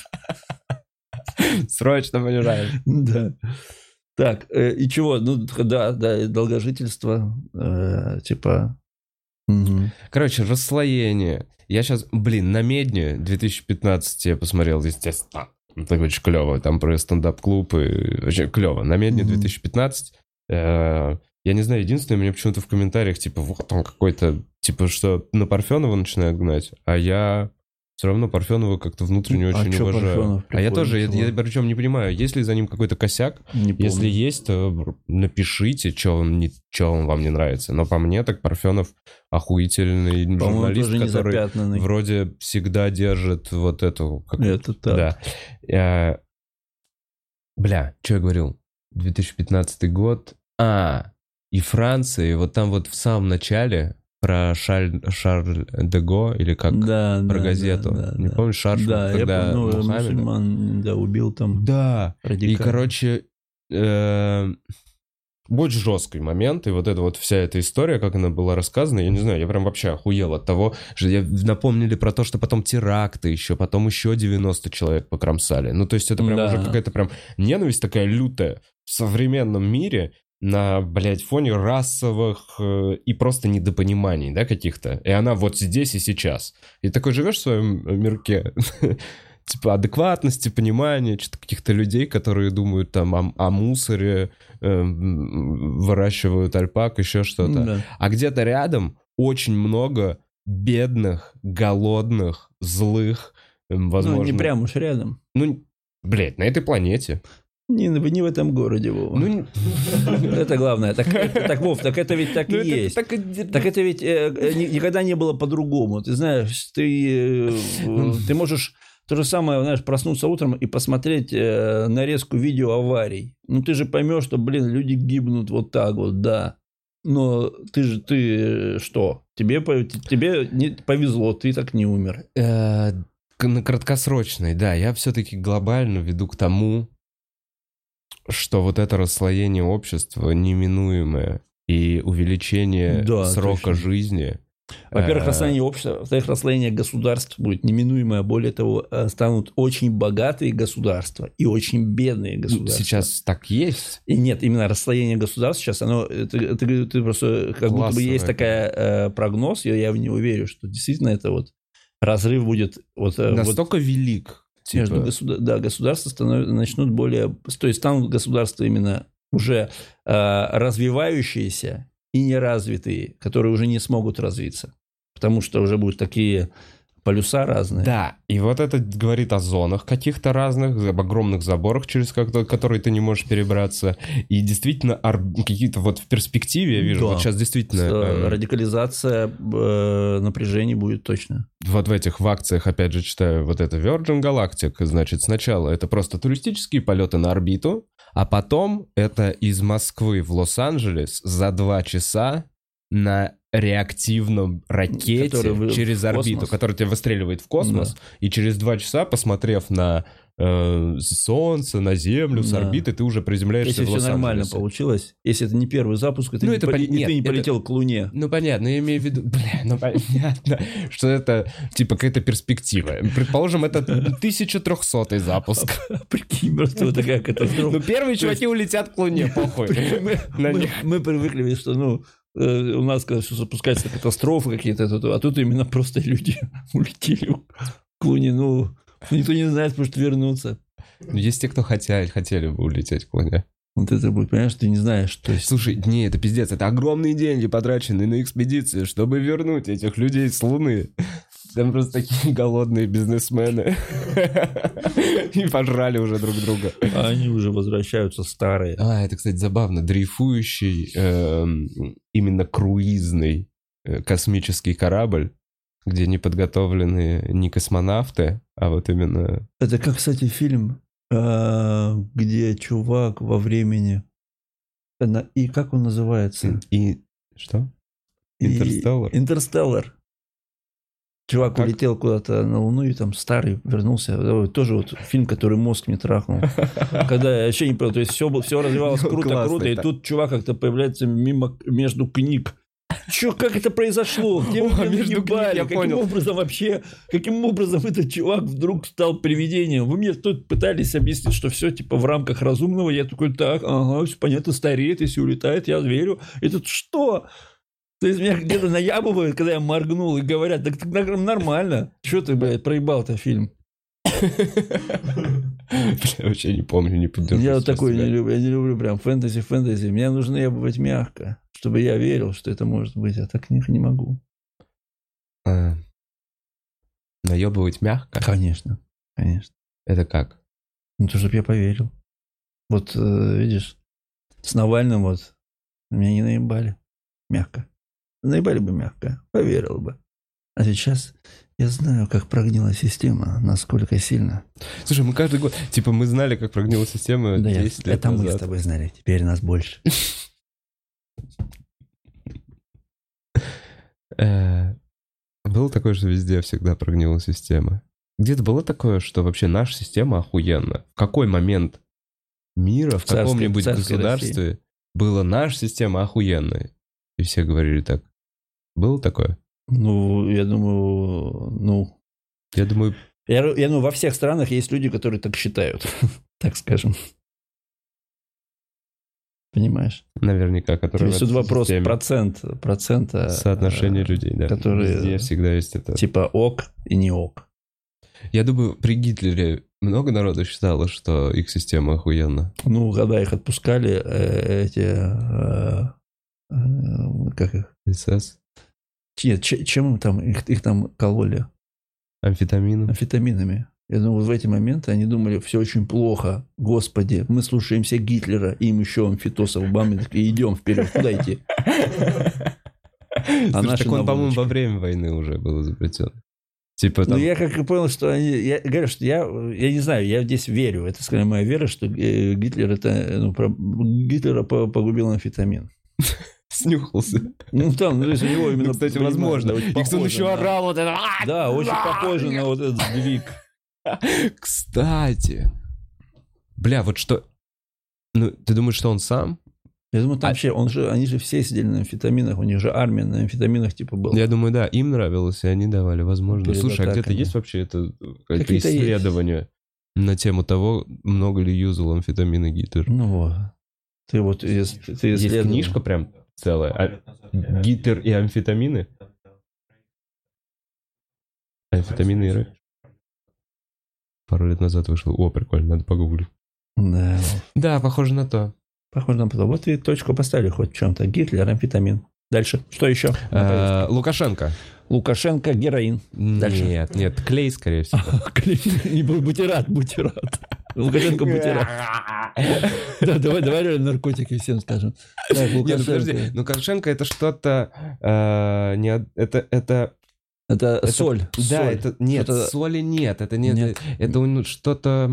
Срочно понижаем. Да. Так, э, и чего? Ну, да, да, долгожительство, э, типа... мгм. Короче, расслоение. Я сейчас, блин, на Медне две тысячи пятнадцать я посмотрел, естественно. Это очень клево. Там про стендап-клуб и очень клево. На Медне Мгм. две тысячи пятнадцать. э, я не знаю, единственное, мне почему-то в комментариях, типа, вот он какой-то, типа, что на Парфенова начинают гнать, а я все равно Парфенова как-то внутренне А очень чё уважаю. Парфенов А я прикольный тоже, я, я чувак. причем не понимаю, есть ли за ним какой-то косяк. Не помню. Если есть, то напишите, что вам, не, чё вам, вам не нравится. Но по мне, так Парфенов охуительный По-моему, журналист, тоже не который запятнанный. вроде всегда держит вот эту... как- Это так. Да. Я- Бля, что я говорил? две тысячи пятнадцатый год. А, и Франция, и вот там вот в самом начале про Шарль, Шарль де Го, или как, Да, про да, газету. да, да, Не да. помнишь, Шарш, Да, я когда помню, ну, Мухаммеда? мусульман, да, убил там Да, и, радикально. короче, э, очень жесткий момент, и вот эта вот вся эта история, как она была рассказана, я не знаю, я прям вообще охуел от того, что я напомнили про то, что потом теракты еще, потом еще девяносто человек покромсали. Ну, то есть это прям Да. уже какая-то прям ненависть такая лютая в современном мире на, блядь, фоне расовых э, и просто недопониманий, да, каких-то. И она вот здесь и сейчас. И такой живешь в своем мирке, типа адекватности, понимания, что-то каких-то людей, которые думают там о, о мусоре, э, выращивают альпак, еще что-то. Да. А где-то рядом очень много бедных, голодных, злых, эм, возможно... Ну, не прям уж рядом. Ну, Блядь, на этой планете. Не, не в этом городе, Вова. Ну, это главное. Так, так, Вов, так это ведь так и это, есть. Так, так это ведь э, никогда не было по-другому. Ты знаешь, ты, э, ты можешь то же самое, знаешь, проснуться утром и посмотреть э, нарезку видео аварий. Ну, ты же поймешь, что, блин, люди гибнут вот так вот, да. Но ты же, ты что? Тебе, тебе не повезло, ты так не умер. Э, на краткосрочной, да. Я все-таки глобально веду к тому, что вот это расслоение общества неминуемое и увеличение да, срока точно. жизни. Во-первых, расслоение общества, во-вторых, расслоение государств будет неминуемое. Более того, станут очень богатые государства и очень бедные государства. Сейчас так есть. И нет, именно расслоение государств сейчас, оно, ты, ты, ты просто, как Классовое. будто бы есть такая э, прогноз, я, я в него верю, что действительно это вот разрыв будет... Вот, Настолько вот, велик. Типа... Между государ... Да, государства станов... начнут более... То есть станут государства именно уже э, развивающиеся и неразвитые, которые уже не смогут развиться. Потому что уже будут такие полюса разные. Да, и вот это говорит о зонах каких-то разных, об огромных заборах, через которые ты не можешь перебраться. И действительно какие-то вот в перспективе, я вижу, да. вот сейчас действительно... Э, радикализация э, напряжений будет точно. Вот в этих в акциях, опять же, читаю, вот это Virgin Galactic, значит, сначала это просто туристические полеты на орбиту, а потом это из Москвы в Лос-Анджелес за два часа на реактивном ракете через орбиту, которая тебя выстреливает в космос, да. и через два часа, посмотрев на э, Солнце, на Землю, да. с орбиты, ты уже приземляешься если в Лос-Анджелесе. Если все нормально получилось, если это не первый запуск, и ты, ну, не, это пол... Нет, ты не полетел это... к Луне. Ну, понятно, я имею в виду, бля, ну, понятно, что это, типа, какая-то перспектива. Предположим, это тысяча трехсотый запуск. Прикинь, просто вот такая катастрофа. Ну, первые чуваки улетят к Луне, похуй. Мы привыкли, что, ну, у нас, когда все запускается, катастрофы какие-то, а тут именно просто люди улетели к Луне. Ну, никто не знает, может вернуться. Есть те, кто хотели, хотели бы улететь к Луне. Вот это будет, понимаешь, ты не знаешь, то есть... Слушай, не, это пиздец, это огромные деньги, потраченные на экспедиции, чтобы вернуть этих людей с Луны. Там просто такие голодные бизнесмены. И пожрали уже друг друга. А они уже возвращаются старые. А, это, кстати, забавно. Дрейфующий, э, именно круизный э, космический корабль, где не подготовлены не космонавты, а вот именно... Это как, кстати, фильм, э, где чувак во времени... И как он называется? И... Что? Интерстеллар? Интерстеллар. Чувак как? улетел куда-то на Луну и там старый вернулся. Тоже вот фильм, который мозг мне трахнул. Когда я вообще не понял, то есть все, все развивалось круто-круто, и тут чувак как-то появляется мимо, между книг. Че, как это произошло? Где О, вы между книг, я каким понял. образом вообще, каким образом этот чувак вдруг стал привидением? Вы мне тут пытались объяснить, что все типа в рамках разумного. Я такой, так, ага, все понятно, стареет, если улетает, я верю. И тут что? То есть меня где-то наябывают, когда я моргнул, и говорят, так, так нормально. Что ты, блядь, проебал-то фильм? Я вообще не помню, не поддержу. Я вот такой не люблю, я не люблю прям фэнтези-фэнтези. Мне нужно ебать мягко, чтобы я верил, что это может быть, а так не, не могу. А, наебывать мягко? Конечно, конечно. Это как? Ну, то, чтобы я поверил. Вот, э, видишь, с Навальным вот меня не наебали мягко. Наебали бы мягко, поверил бы. А сейчас я знаю, как прогнила система, насколько сильно. Слушай, мы каждый год... Типа, мы знали, как прогнила система да десять я, лет это назад. Мы с тобой знали, теперь нас больше. Было такое, что везде всегда прогнила система? Где-то было такое, что вообще наша система охуенна? В какой момент мира, в каком-нибудь государстве была наша система охуенная? И все говорили так. Было такое? Ну, я думаю, ну... Я думаю... Я, я думаю, во всех странах есть люди, которые так считают, так скажем. Понимаешь? Наверняка, которые... То есть тут вопрос процент, процента... Соотношение а, людей, да. Которые... Везде всегда есть это. Типа ок и не ок. Я думаю, при Гитлере много народу считало, что их система охуенна. Ну, когда их отпускали, э, эти... Э, как их? СС? Нет, чем им там, их, их там кололи? Амфетамином? Амфетаминами. Я думаю, вот в эти моменты они думали, все очень плохо, Господи, мы слушаемся Гитлера, им еще амфитосов бам, и идем вперед, куда идти? А Слушай, так он, по-моему, во время войны уже был изобретен. Типа там... Ну, я как и понял, что они... Я говорю, что я... Я не знаю, я здесь верю. Это, скорее, моя вера, что Гитлер это... Ну, про... Гитлера погубил амфетамин. Снюхался. Ну, там, ну, то есть у него именно... Ну, кстати, возможно. И кто еще орал вот это... Да, очень похоже на вот этот сдвиг. Кстати. Бля, вот что... Ну, ты думаешь, что он сам? Я думаю, там а... вообще, он же, они же все сидели на амфетаминах, у них же армия на амфетаминах типа была. Я думаю, да, им нравилось, и они давали, возможно. Перед Слушай, атаками. А где-то есть вообще это какое-то исследование есть. На тему того, много ли юзал амфетамина Гитлер? Ну вот. Ты вот ты Есть книжка прям целая. А... Гитлер и амфетамины? Амфетамины и рэп? Пару лет назад вышел. О, прикольно, надо погуглить. Да. Да, похоже на то. Похоже на то. Вот и точку поставили хоть в чем-то. Гитлер, амфетамин. Дальше. Что еще? А, Лукашенко. Лукашенко, героин. Дальше. Нет, нет, клей, скорее всего. Клей. Не бутерат, бутерат. Лукашенко бутерат. Да, давай, давай реально наркотики всем скажем. Нет, подожди. Лукашенко это что-то... Это... это Это, это соль. Да, соль. это нет, это... соли нет, это нет, нет. Это, это что-то.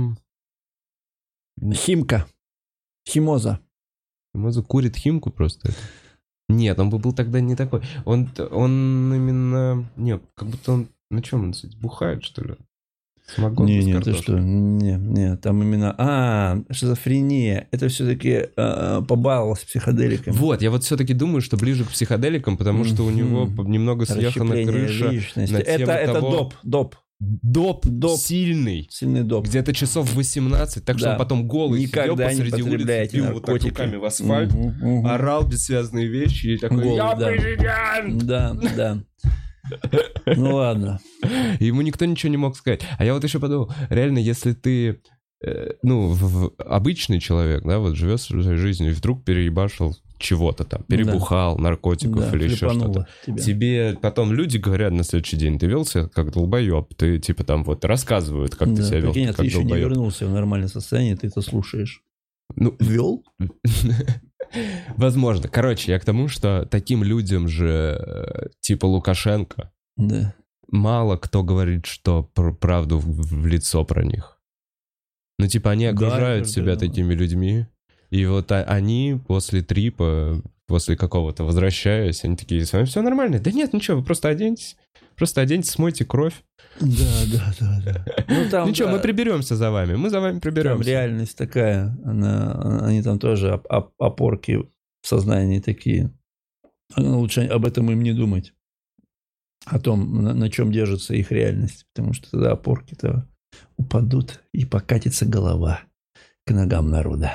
Химка, химоза. Химоза курит химку просто. Это. Нет, он бы был тогда не такой. Он, он именно, нет, как будто он на чем он сидит, бухает что ли? Самогон не, не, ты что? Не, не, там именно... А, шизофрения. Это все-таки а, побаловался психоделиками. Вот, я вот все-таки думаю, что ближе к психоделикам, потому что у него немного съехана крыша. На это, это того... доп, доп. Доп, доп сильный. Сильный доп. Где-то часов восемнадцать, так да. Что он потом голый никогда сидел посреди улицы, бил вот так руками в асфальт, угу, угу. орал бессвязные вещи и такой голый, «Я да. президент!» Да, да. Ну ладно. Ему никто ничего не мог сказать. А я вот еще подумал, реально, если ты, э, ну, в, в, обычный человек, да, вот живешь своей жизнью и вдруг переебашил чего-то там, перебухал, да. наркотиков да, или еще что-то. Тебя. Тебе потом люди говорят на следующий день, ты вел себя как долбоеб, ты типа там вот рассказывают, как да, ты себя вел прикинь, как ты еще долбоеб. Не вернулся в нормальное состояние, ты это слушаешь. Ну, вел? Возможно. Короче, я к тому, что таким людям же, типа Лукашенко, да. мало кто говорит, что пр- правду в, в лицо про них. Ну, типа, они окружают да, себя да. такими людьми, и вот а- они после трипа, после какого-то возвращаясь, они такие, с вами все нормально? Да нет, ничего, вы просто оденьтесь, просто оденьтесь, смойте кровь. Да, да, да, да. Ну, там, Ничего, да. мы приберемся за вами, мы за вами приберемся. Там реальность такая, она, они там тоже оп- опорки в сознании такие. Лучше об этом им не думать, о том, на, на чем держится их реальность, потому что тогда опорки-то упадут и покатится голова к ногам народа.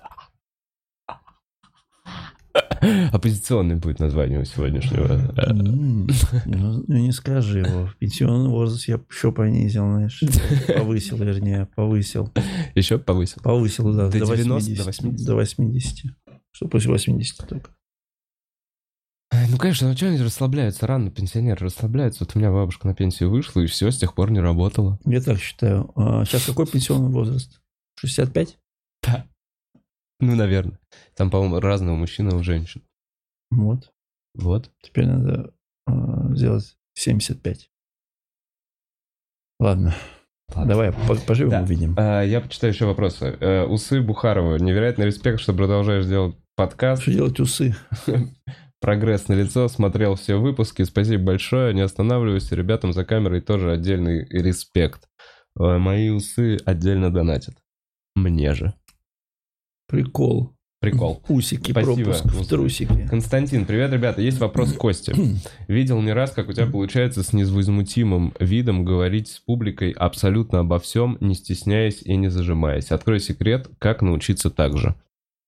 Оппозиционный будет название у сегодняшнего. Mm, ну, не скажи его. В пенсионный возраст я еще понизил, знаешь. Повысил, вернее, повысил. Еще повысил? Повысил, да. До до девяноста, до восьмидесяти? До восьмидесяти. Что после восьмидесяти только. Ну, конечно, ну что они расслабляются рано, пенсионеры расслабляются. Вот у меня бабушка на пенсию вышла, и все, с тех пор не работала. Я так считаю. А сейчас какой пенсионный возраст? шестьдесят пять? Да. Ну, наверное. Там, по-моему, разного мужчины у женщин. Вот. Вот. Теперь надо э, сделать семьдесят пять. Ладно. Ладно. Давай поживем, да. увидим. А, я почитаю еще вопросы. А, усы Бухарова. Невероятный респект, что продолжаешь делать подкаст. Что делать усы? Прогресс налицо. Смотрел все выпуски. Спасибо большое. Не останавливаюсь. Ребятам за камерой тоже отдельный респект. А, мои усы отдельно донатят. Мне же. Прикол. Прикол. Усики, Спасибо. Пропуск в трусики. Константин, привет, ребята. Есть вопрос к Косте. Видел не раз, как у тебя получается с невозмутимым видом говорить с публикой абсолютно обо всем, не стесняясь и не зажимаясь. Открой секрет, как научиться так же.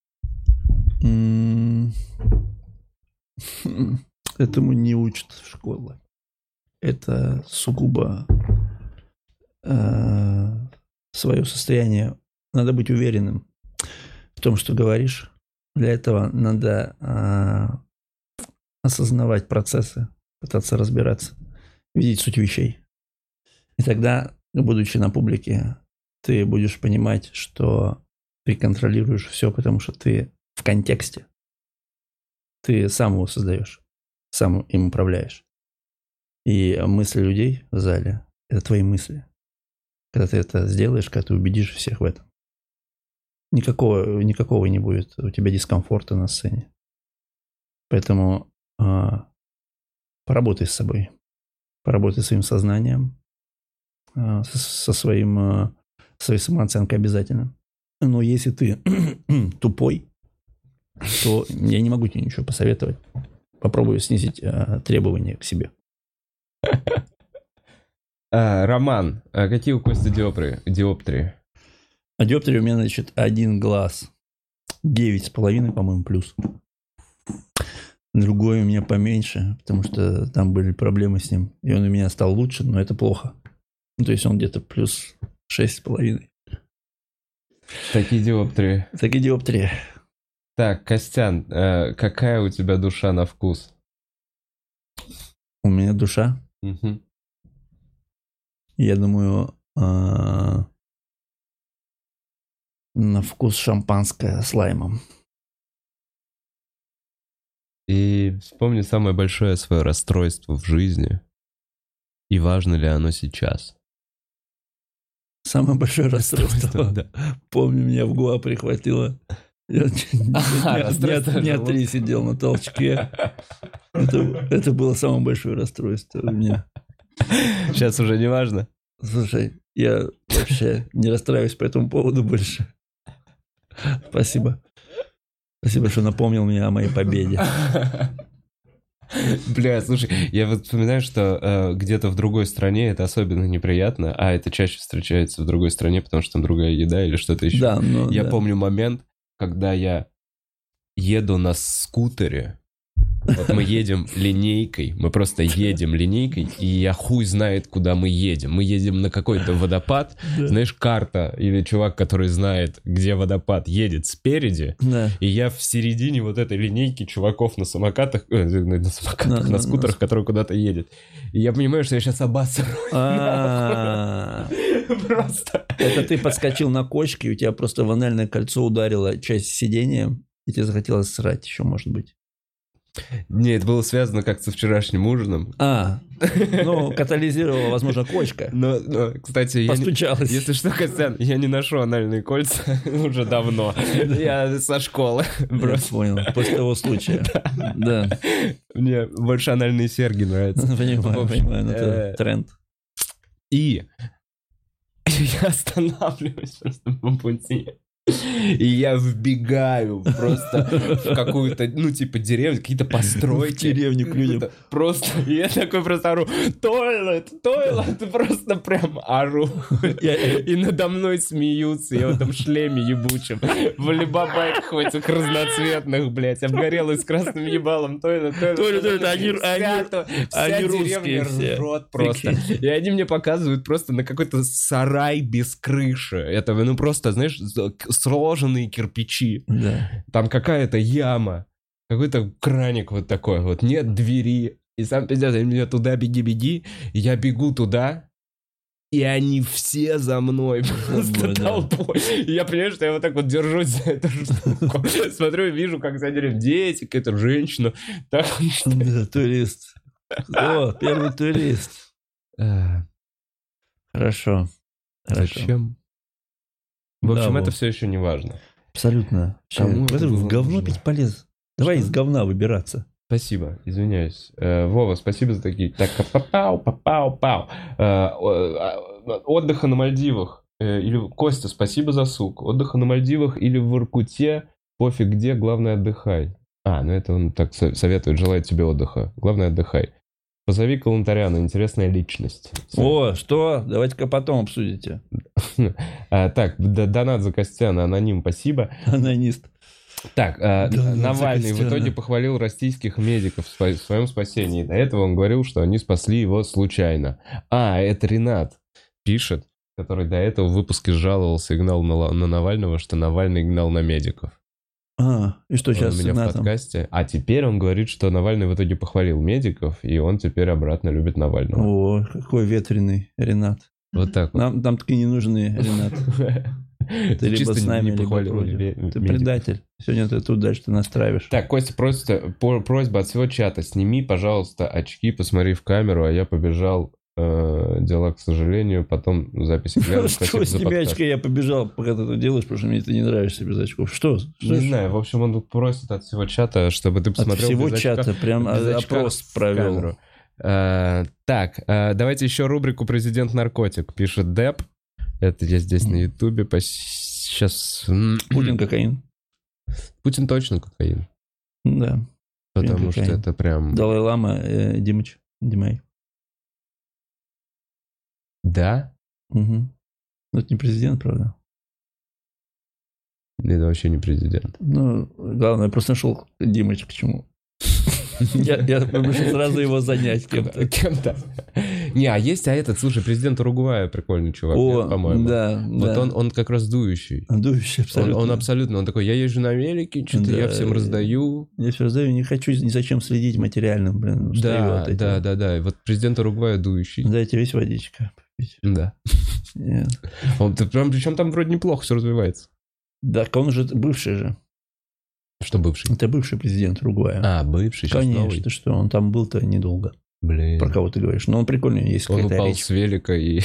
Этому не учат в школе. Это сугубо э, свое состояние. Надо быть уверенным в том, что говоришь. Для этого надо а, осознавать процессы, пытаться разбираться, видеть суть вещей. И тогда будучи на публике, ты будешь понимать, что ты контролируешь все, потому что ты в контексте. Ты сам его создаешь, сам им управляешь. И мысли людей в зале – это твои мысли. Когда ты это сделаешь, когда ты убедишь всех в этом, никакого, никакого не будет у тебя дискомфорта на сцене. Поэтому а, поработай с собой, поработай своим сознанием, а, со, со своим, а, своей самооценкой обязательно. Но если ты тупой, то я не могу тебе ничего посоветовать. Попробую снизить а, требования к себе. А, Роман, а какие у Кости диоптрии? диоптрии? А диоптрия у меня, значит, один глаз. Девять с половиной, по-моему, плюс. Другой у меня поменьше, потому что там были проблемы с ним. И он у меня стал лучше, но это плохо. Ну, то есть он где-то плюс шесть с половиной. Такие диоптрии. Такие диоптрии. Так, Костян, э, какая у тебя душа на вкус? У меня душа. Угу. Я думаю, а, на вкус шампанское с лаймом. И вспомни самое большое свое расстройство в жизни. И важно ли оно сейчас? Самое большое расстройство. Да. Помню, меня в Гоа прихватило. Я дня три сидел на толчке. Это было самое большое расстройство у меня. Сейчас уже не важно. Слушай, я вообще не расстраиваюсь по этому поводу больше. Спасибо. Спасибо, что напомнил мне о моей победе. Бля, слушай, я вот вспоминаю, что э, где-то в другой стране это особенно неприятно, а это чаще встречается в другой стране, потому что там другая еда или что-то еще. Да, ну, я да. помню момент, когда я еду на скутере. Вот мы едем линейкой, мы просто едем линейкой, и я хуй знает, куда мы едем. Мы едем на какой-то водопад, Да. знаешь, карта или чувак, который знает, где водопад, едет спереди, Да. и я в середине вот этой линейки чуваков на самокатах, э, на самокатах, На- на на- скутерах, на- которые куда-то едет. И я понимаю, что я сейчас обосру. А, Просто. Это ты подскочил на кочке, и у тебя просто в анальное кольцо ударила часть сидения, и тебе захотелось срать еще, может быть. Не, это было связано как-то со вчерашним ужином. А, ну, катализировала, возможно, кочка. Но, но, кстати, я не, Постучалась. если что, Костян, я не ношу анальные кольца уже давно. Я со школы. Я Просто понял, после того случая. Да, мне больше анальные серьги нравятся. понимаю, В общем, понимаю, ну, э, это тренд. И я останавливаюсь просто по пути. И я вбегаю просто в какую-то, ну, типа, деревню, какие-то постройки. В деревню к людям. Какую-то Просто, я такой просто ору, тойлет, тойлет, просто прям ору. И надо мной смеются, я в этом шлеме ебучем, в алибабайках в этих разноцветных, блядь, обгорелый с красным ебалом, тойлет, тойлет. Тойлет, тойлет, они- Вся они- то- они Вся русские деревня все. ржет просто. И они мне показывают просто на какой-то сарай без крыши. Это, ну, просто, знаешь, сложенные кирпичи. Да. Там какая-то яма, какой-то краник вот такой вот, нет двери. И сам пиздец, они меня туда беги-беги, и я бегу туда, и они все за мной просто Ой, да. толпой. И я понимаю, что я вот так вот держусь за эту штуку. Смотрю и вижу, как за деревом дети, какая-то женщина. Так. Да, турист. О, первый турист. А, Хорошо. Хорошо. Зачем? В общем, Да, это вот. все еще не важно. Абсолютно. Кому В это это в было говно нужно? пить полезно. Давай Что? из говна выбираться. Спасибо, извиняюсь. Э, Вова, спасибо за такие. Так, папау, папау, пау. Э, о- о- Отдыха на Мальдивах. Э, Или Костя, спасибо за сук. Отдыха на Мальдивах или в Воркуте. Пофиг где, главное отдыхай. А, ну это он так со- советует, желает тебе отдыха. Главное отдыхай. Позови Калантаряна, интересная личность. О, что? Давайте-ка потом обсудите. А, так, д- донат за Костяна, аноним, спасибо. Анонист. Так, э, Да, Навальный в Костяна. итоге похвалил российских медиков в спа- в своем спасении. До этого он говорил, что они спасли его случайно. А, это Ренат пишет, который до этого в выпуске жаловался и гнал на, Ла- на Навального, что Навальный гнал на медиков. А, и что Он сейчас у с меня в Игнатом? подкасте. А теперь он говорит, что Навальный в итоге похвалил медиков, и он теперь обратно любит Навального. О, какой ветреный Ренат. Вот так вот. Нам, нам таки не нужны, Ренат. Ты либо с нами, либо против. Ты предатель. Сегодня ты тут дальше ты настраиваешь. Так, Костя, просто просьба от всего чата. Сними, пожалуйста, очки, посмотри в камеру, а я побежал. Дела, к сожалению, потом записи гляну. Что, сними очки, я побежал, пока ты это делаешь, потому что мне ты не нравишься без очков. Что? Не знаю, в общем, он просит от всего чата, чтобы ты посмотрел. От всего чата, прям опрос провел. Так, давайте еще рубрику «Президент наркотик», пишет Деп. Это я здесь на Ютубе. Сейчас... Путин кокаин. Путин точно кокаин. Да. Потому что это прям... Далай-лама, Димыч, Димай. Да? Угу. Это не президент, правда? Это вообще не президент. Ну, главное, я просто нашел Димыч к чему. Я решил сразу его занять кем-то. Кем-то. Не, а есть, а этот, слушай, президент Уругвая прикольный чувак, по-моему. Да, вот он, он как раз дующий. Дующий, абсолютно. Он, он абсолютно, он такой, я езжу на велике, что-то да, я всем раздаю. Я все раздаю, не хочу ни зачем следить материальным, блин. Да, да, да, да. Вот президент Уругвая дующий. Дайте весь водичка. Да. Нет. Он, причем там вроде неплохо все развивается. Так он же бывший же. Что бывший? Это бывший президент Уругвая. А, бывший, сейчас Конечно, новый. ты что, он там был-то недолго. Блин. Про кого ты говоришь? Но он прикольный, есть он какая-то упал речь. с велика и...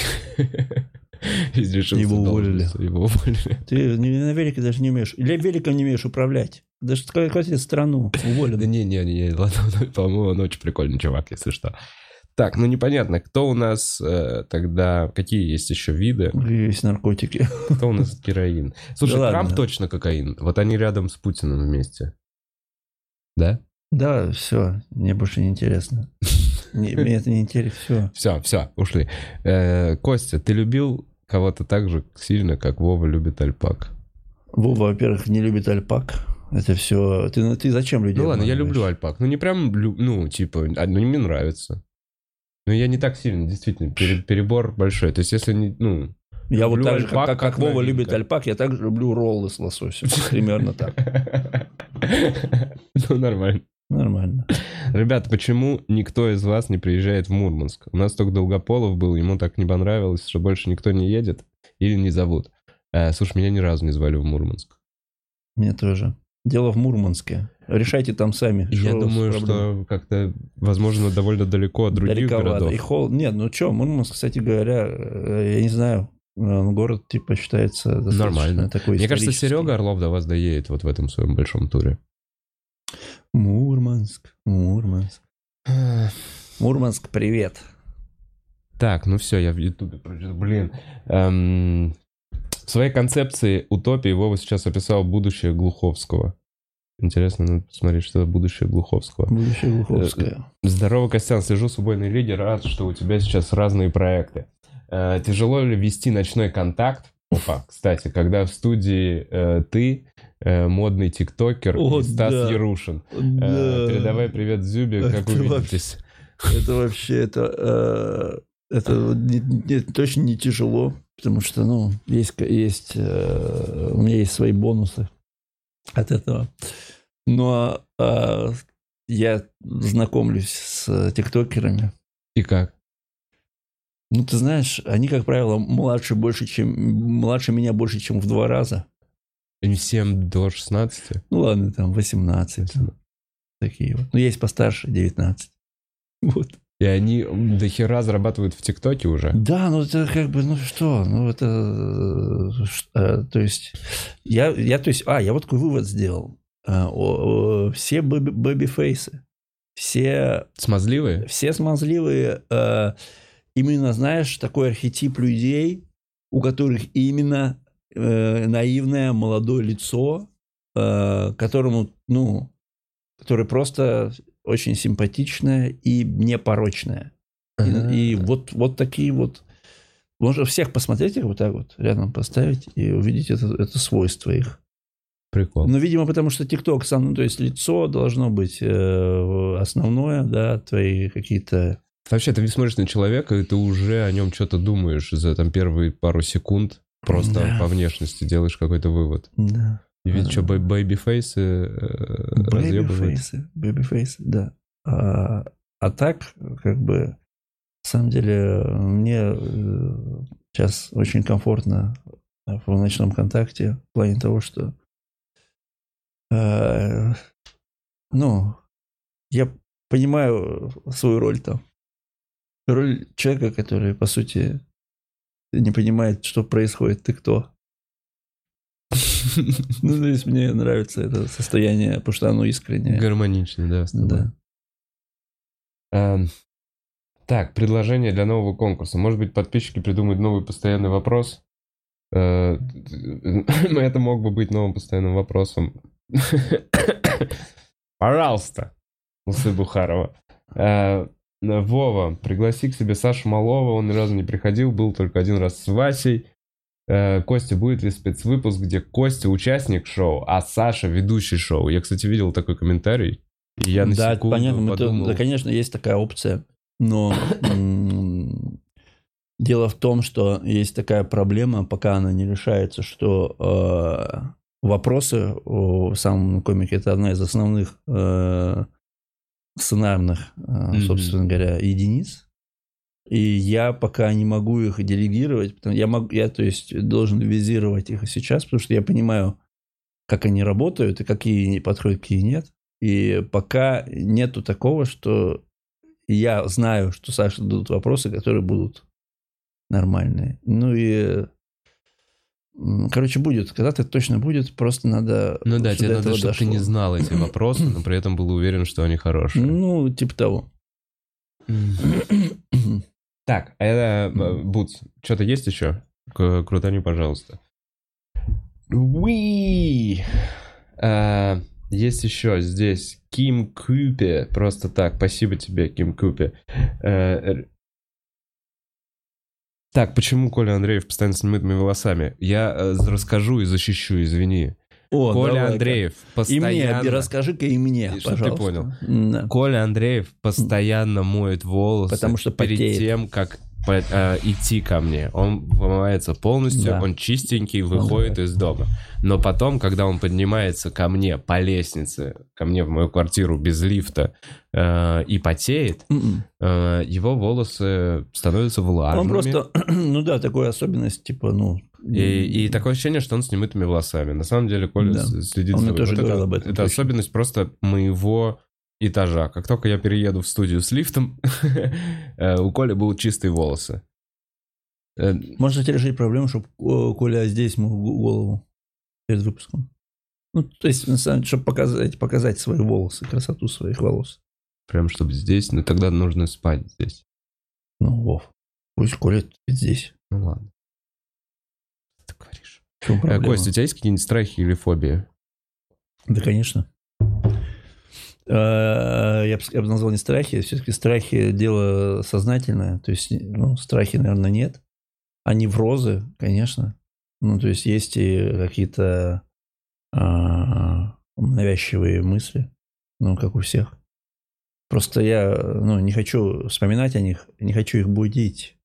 Его уволили. Его уволили. Ты на велике даже не умеешь. Или великом не умеешь управлять. Даже какую-то страну уволили. Да не, не, не, ладно, по-моему, он очень прикольный чувак, если что. Так, ну непонятно, кто у нас э, тогда, какие есть еще виды? Есть наркотики. Кто у нас героин? Слушай, да Трамп ладно. точно кокаин. Вот они рядом с Путиным вместе. Да? Да, все, мне больше не интересно. Мне, мне это не интересно, все. Все, все, ушли. Э, Костя, ты любил кого-то так же сильно, как Вова любит альпак? Вова, во-первых, не любит альпак. Это все... Ты, ты зачем людей Ну ладно, я обманываешь? люблю альпак. Ну не прям, ну типа, ну мне нравится. Но я не так сильно, действительно, перебор большой. То есть если не, ну... Я вот так же, альпак, как, как, как Вова новинка. любит альпак, я также люблю роллы с лососем. Примерно так. Ну, нормально. Нормально. Ребята, почему никто из вас не приезжает в Мурманск? У нас только Долгополов был, ему так не понравилось, что больше никто не едет или не зовут. А, слушай, меня ни разу не звали в Мурманск. Мне тоже. Дело в Мурманске. Решайте там сами. Я думаю, что как-то, возможно, довольно далеко от других Далековато. городов. И холод. Нет, ну что, Мурманск, кстати говоря, я не знаю, город типа считается достаточно нормально. Такой Мне кажется, исторический. Серега Орлов до вас доедет вот в этом своем большом туре. Мурманск, Мурманск. Мурманск, привет. Так, ну все, я в Ютубе прочитал. Блин. Эм... В своей концепции утопии Вова сейчас описал будущее Глуховского. Интересно, надо посмотреть, что это будущее Глуховского. Будущее Глуховское. Здорово, Костян, слежу в убойной лиге, рад, что у тебя сейчас разные проекты. Э, тяжело ли вести ночной контакт? Опа, кстати, когда в студии э, ты, э, модный тиктокер, О, и Стас да. Ярушин. Да. Э, передавай привет Зюбе, как Это увидитесь. Это вообще, это, э, это не, не, точно не тяжело, потому что, ну, есть, есть, э, у меня есть свои бонусы от этого. Но э, я знакомлюсь с тиктокерами. И как? Ну, ты знаешь, они, как правило, младше, больше, чем, младше меня больше, чем в два раза. Они всем до шестнадцати? Ну, ладно, там восемнадцать. Такие вот. Ну, есть постарше, девятнадцать. Вот. И они до хера зарабатывают в ТикТоке уже? Да, ну это как бы, ну что, ну это, э, то есть, я, я, то есть, а, я вот такой вывод сделал. А, о, о, все бэби, бэби-фейсы, все... Смазливые? Все смазливые, э, именно, знаешь, такой архетип людей, у которых именно э, наивное молодое лицо, э, которому, ну, которое просто... очень симпатичная и непорочная. И, и вот, вот такие вот... Можно всех посмотреть их вот так вот, рядом поставить и увидеть это, это свойство их. Прикол. Ну, видимо, потому что ТикТок сам, ну, то есть лицо должно быть э, основное, да, твои какие-то... Вообще, ты смотришь на человека, и ты уже о нем что-то думаешь за там первые пару секунд. Просто Да. по внешности делаешь какой-то вывод. Да. И ведь Да. что, бэй- бэйби-фейсы э, разъебывают? Бэйби-фейсы, бэйби-фейсы, да. А, а так, как бы, самом деле, мне сейчас очень комфортно в ночном контакте в плане того, что э, ну, я понимаю свою роль там. Роль человека, который, по сути, не понимает, что происходит, ты кто. Ну, то есть мне нравится это состояние, потому что оно искреннее. Гармоничное, да. Да. А, так, предложение для нового конкурса. Может быть, подписчики придумают новый постоянный вопрос. А, это мог бы быть новым постоянным вопросом. Пожалуйста, Усы Бухарова. А, Вова, пригласи к себе Сашу Малова. Он ни разу не приходил, был только один раз с Васей. Костя, будет ли спецвыпуск, где Костя участник шоу, а Саша ведущий шоу? Я, кстати, видел такой комментарий, и я на да, секунду понятно, подумал... Это, да, конечно, есть такая опция, но дело в том, что есть такая проблема, пока она не решается, что э, вопросы о самом комике — это одна из основных э, сценарных, э, mm-hmm. собственно говоря, единиц. И я пока не могу их делегировать, потому я могу, я, то есть, должен визировать их сейчас, потому что я понимаю, как они работают и какие подходят, какие нет. И пока нету такого, что я знаю, что Саше дадут вопросы, которые будут нормальные. Ну и, короче, будет. Когда-то это точно будет, просто надо... Ну да, тебе надо, чтобы ты не знал эти вопросы, но при этом был уверен, что они хорошие. Ну, типа того. Так, а это, Бутс, что-то есть еще? Крутани, пожалуйста. Уи! А, есть еще здесь Ким Купе. Просто так, спасибо тебе, Ким Купе. А, так, почему Коля Андреев постоянно с немытыми волосами? Я а, расскажу и защищу, извини. О, Коля Андреев постоянно... И мне, расскажи-ка и мне, что пожалуйста. Ты понял. Да. Коля Андреев постоянно моет волосы Потому что перед потеет. тем, как по, э, идти ко мне. Он вымывается полностью, да. Он чистенький, выходит из дома. Но потом, когда он поднимается ко мне по лестнице, ко мне в мою квартиру без лифта э, и потеет, э, его волосы становятся влажными. Он просто, ну да, такая особенность, типа, ну... И, и такое ощущение, что он с немытыми волосами. На самом деле, Коля да. следит он за... тоже вот говорил это, об этом. Это точно. Особенность просто моего этажа. Как только я перееду в студию с лифтом, у Коли будут чистые волосы. Можно теперь решить проблему, чтобы Коля здесь мыл голову перед выпуском. Ну, то есть, на самом деле, чтобы показать, показать свои волосы, красоту своих волос. Прям чтобы здесь? Ну, тогда нужно спать здесь. Ну, Вов, пусть Коля здесь. Ну, ладно. Ты говоришь. Костя, у тебя есть какие-нибудь страхи или фобии? Да, конечно. Я бы, я бы назвал не страхи, все-таки страхи – дело сознательное. То есть, ну, страхи, наверное, нет. А неврозы, конечно. Ну, то есть, есть и какие-то а, навязчивые мысли, ну, как у всех. Просто я, ну, не хочу вспоминать о них, не хочу их будить.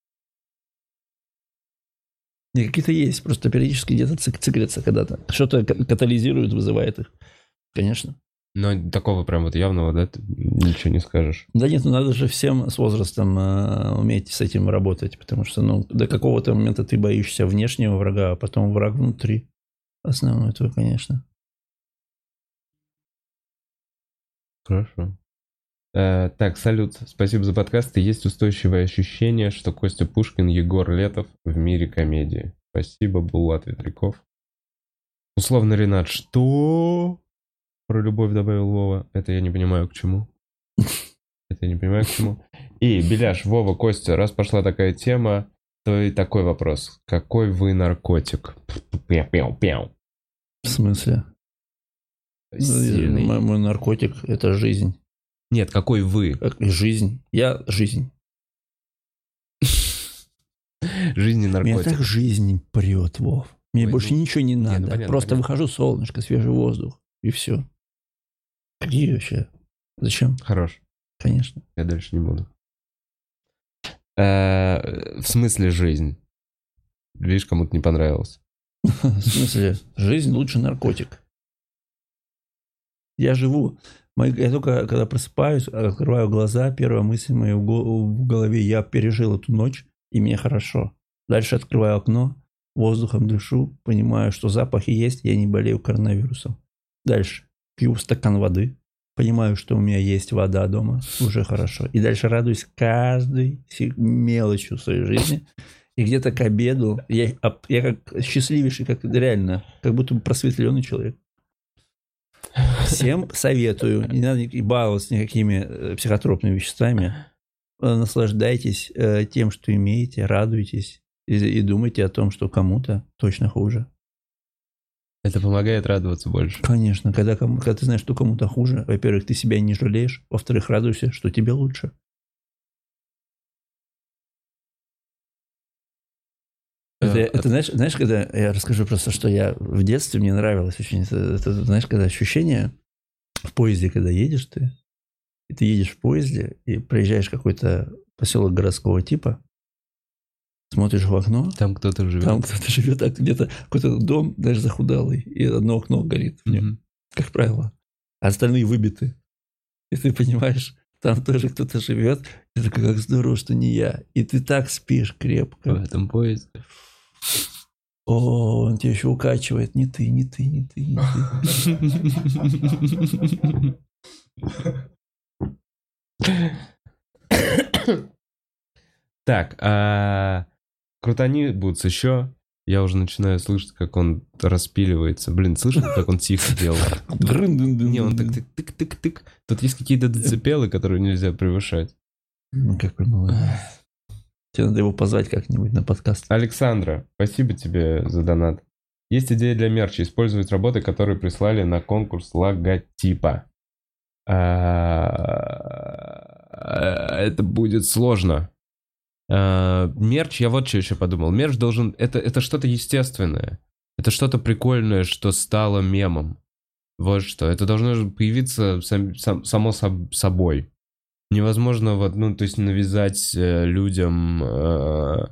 И какие-то есть, просто периодически где-то цик- циклятся когда-то. Что-то катализирует, вызывает их, конечно. Но такого прям вот явного, да, ты ничего не скажешь? Да нет, ну надо же всем с возрастом э, уметь с этим работать, потому что, ну, до какого-то момента ты боишься внешнего врага, а потом враг внутри. Основной твой, конечно. Хорошо. Э, так, салют, спасибо за подкаст. И есть устойчивое ощущение, что Костя Пушкин, Егор Летов в мире комедии. Спасибо, Булат Ветряков. Условно, Ренат, что... Про любовь добавил Вова. Это я не понимаю, к чему. Это я не понимаю, к чему. И, Беляш, Вова, Костя, раз пошла такая тема, то и такой вопрос. Какой вы наркотик? Пяу-пяу-пяу. В смысле? Сильный. Мой, мой наркотик – это жизнь. Нет, какой вы? Как жизнь. Я жизнь. Жизнь не наркотик. Меня так жизнь прет, Вов. Мне Ой, больше ну, ничего не надо. Не, ну, понятно, Просто понятно. Выхожу, солнышко, свежий воздух. И все. Какие вообще? Зачем? Хорош. Конечно. Я дальше не буду. В смысле жизнь? Видишь, кому-то не понравилось. В смысле? Жизнь лучше наркотик. Я живу Мои, я только когда просыпаюсь, открываю глаза, первая мысль моя в, го- в голове, я пережил эту ночь, и мне хорошо. Дальше открываю окно, воздухом дышу, понимаю, что запахи есть, я не болею коронавирусом. Дальше пью стакан воды, понимаю, что у меня есть вода дома, уже хорошо. И дальше радуюсь каждой си- мелочью в своей жизни. И где-то к обеду я, об- я как счастливейший, как реально, как будто бы просветленный человек. Всем советую, не надо и баловаться никакими э, психотропными веществами. Э, Наслаждайтесь э, тем, что имеете, радуйтесь и, и думайте о том, что кому-то точно хуже. Это помогает радоваться больше. Конечно, когда, кому, когда ты знаешь, что кому-то хуже, во-первых, ты себя не жалеешь, во-вторых, радуешься, что тебе лучше. Это, Э, это знаешь, знаешь, когда я расскажу просто, что я в детстве мне нравилось очень. Это, это, знаешь, когда ощущение в поезде, когда едешь ты, и ты едешь в поезде и проезжаешь какой-то поселок городского типа, смотришь в окно, Там кто-то живет. там кто-то живет, а где-то какой-то дом, даже захудалый, и одно окно горит в нем, Мгм. как правило, а остальные выбиты. И ты понимаешь, там тоже кто-то живет, и ты такой, как здорово, что не я. И ты так спишь В крепко. этом поезде. О, он тебя еще укачивает. Не ты, не ты, не ты, не ты. Так, а крутани Бутс еще. Я уже начинаю слышать, как он распиливается. Блин, слышал, как он тихо делает? Не, он так тык-тык-тык-тык. Тут есть какие-то децибелы, которые нельзя превышать. Ну, какой молодец. Тебе надо его позвать как-нибудь на подкаст. Александра, спасибо тебе за донат. Есть идея для мерча. Использовать работы, которые прислали на конкурс логотипа. А, Это будет сложно. А, Мерч, я вот что еще подумал. Мерч должен... Это, это что-то естественное. Это что-то прикольное, что стало мемом. Вот что. Это должно появиться сам- сам- само соб- собой. Невозможно вот, ну, то есть навязать э, людям... э,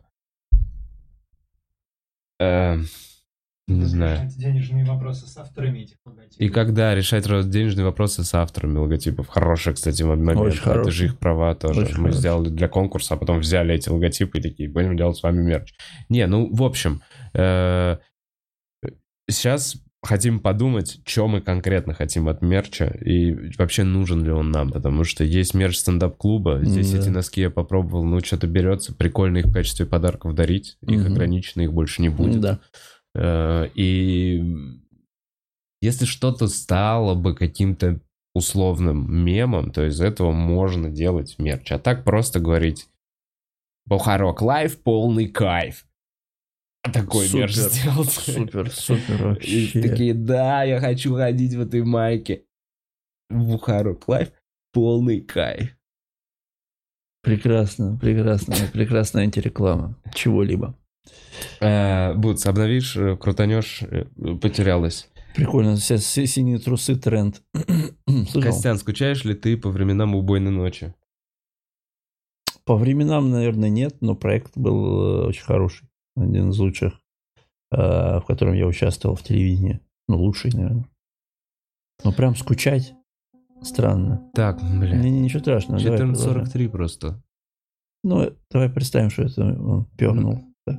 э, не знаю. Решать денежные вопросы с авторами этих логотипов. И когда решать раз- денежные вопросы с авторами логотипов. Хороший, кстати, момент. Очень Это хороший. же их права тоже. Очень Мы хороший. сделали для конкурса, а потом взяли эти логотипы и такие, будем делать с вами мерч. Не, ну, в общем, э, сейчас хотим подумать, что мы конкретно хотим от мерча и вообще нужен ли он нам, потому что есть мерч стендап-клуба, здесь Да. эти носки я попробовал, ну, что-то берется, прикольно их в качестве подарков дарить, их Мгм. ограничено, их больше не будет. Да. Э, И если что-то стало бы каким-то условным мемом, то из этого можно делать мерч. А так просто говорить Бухарок Лайф, полный кайф. А такой Супер, мерч сделать. Супер, супер И вообще. такие, да, я хочу ходить в этой майке. Бухарок Лайф, полный кайф. Прекрасно, прекрасно, прекрасная антиреклама. Чего-либо. Э, Бутс, обновишь, э, крутанешь, э, потерялась. Прикольно, все си- синие трусы тренд. Слышал? Костян, скучаешь ли ты по временам убойной ночи? По временам, наверное, нет, но проект был э, очень хороший. Один из лучших, э, в котором я участвовал в телевидении. Ну, лучший, наверное. Но прям скучать странно. Так, блядь. Не, не, ничего страшного. давай четырнадцать сорок продолжаем. три просто. Ну, давай представим, что это он пернул. Так.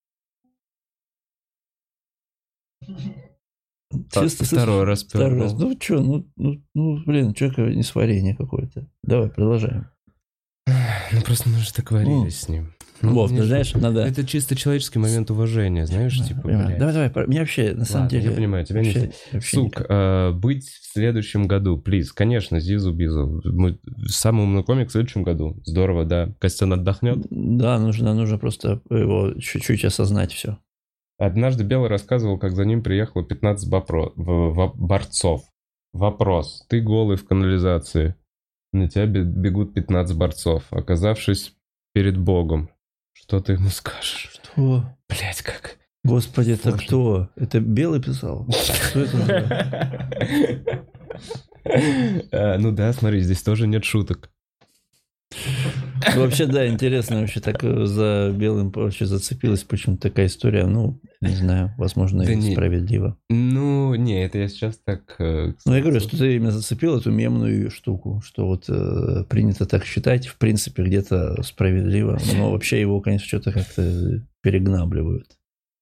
Чисто- Второй раз Второй раз. пернул. Ну, что, ну, ну, ну, блин, человека несварение какое-то. Давай, продолжаем. Ну просто мы же договорились с ним. Ну, Вов, мне ты ж- знаешь, надо... Это чисто человеческий момент уважения, знаешь, типа, Понимаю. блядь. Давай, давай, пор- меня вообще, на самом Ладно, деле... я понимаю, тебя не вообще- встать. вообще Сук, никак. э, быть в следующем году, плиз. Конечно, Зизу-Бизу. Мы- Самый умный комик в следующем году. Здорово, да. Костян отдохнет. Да, нужно, нужно просто его чуть-чуть осознать все. Однажды Белый рассказывал, как за ним приехало пятнадцать бопро- в- в- борцов. Вопрос. Ты голый в канализации. На тебя бе- бегут пятнадцать борцов. Оказавшись перед Богом, что ты ему скажешь? Что? Блять, как... Господи, это Сложно. кто? Это Белый писал? Что это за- А, Ну да, смотри, здесь тоже нет шуток. Вообще, да, интересно, вообще так за белым вообще зацепилась почему-то такая история. Ну, не знаю, возможно, Да и не- справедливо. Ну, не, это я сейчас так... э, Ну, я говорю, что ты именно зацепил эту мемную штуку, что вот э, принято так считать, в принципе, где-то справедливо, но вообще его, конечно, что-то как-то перегнабливают.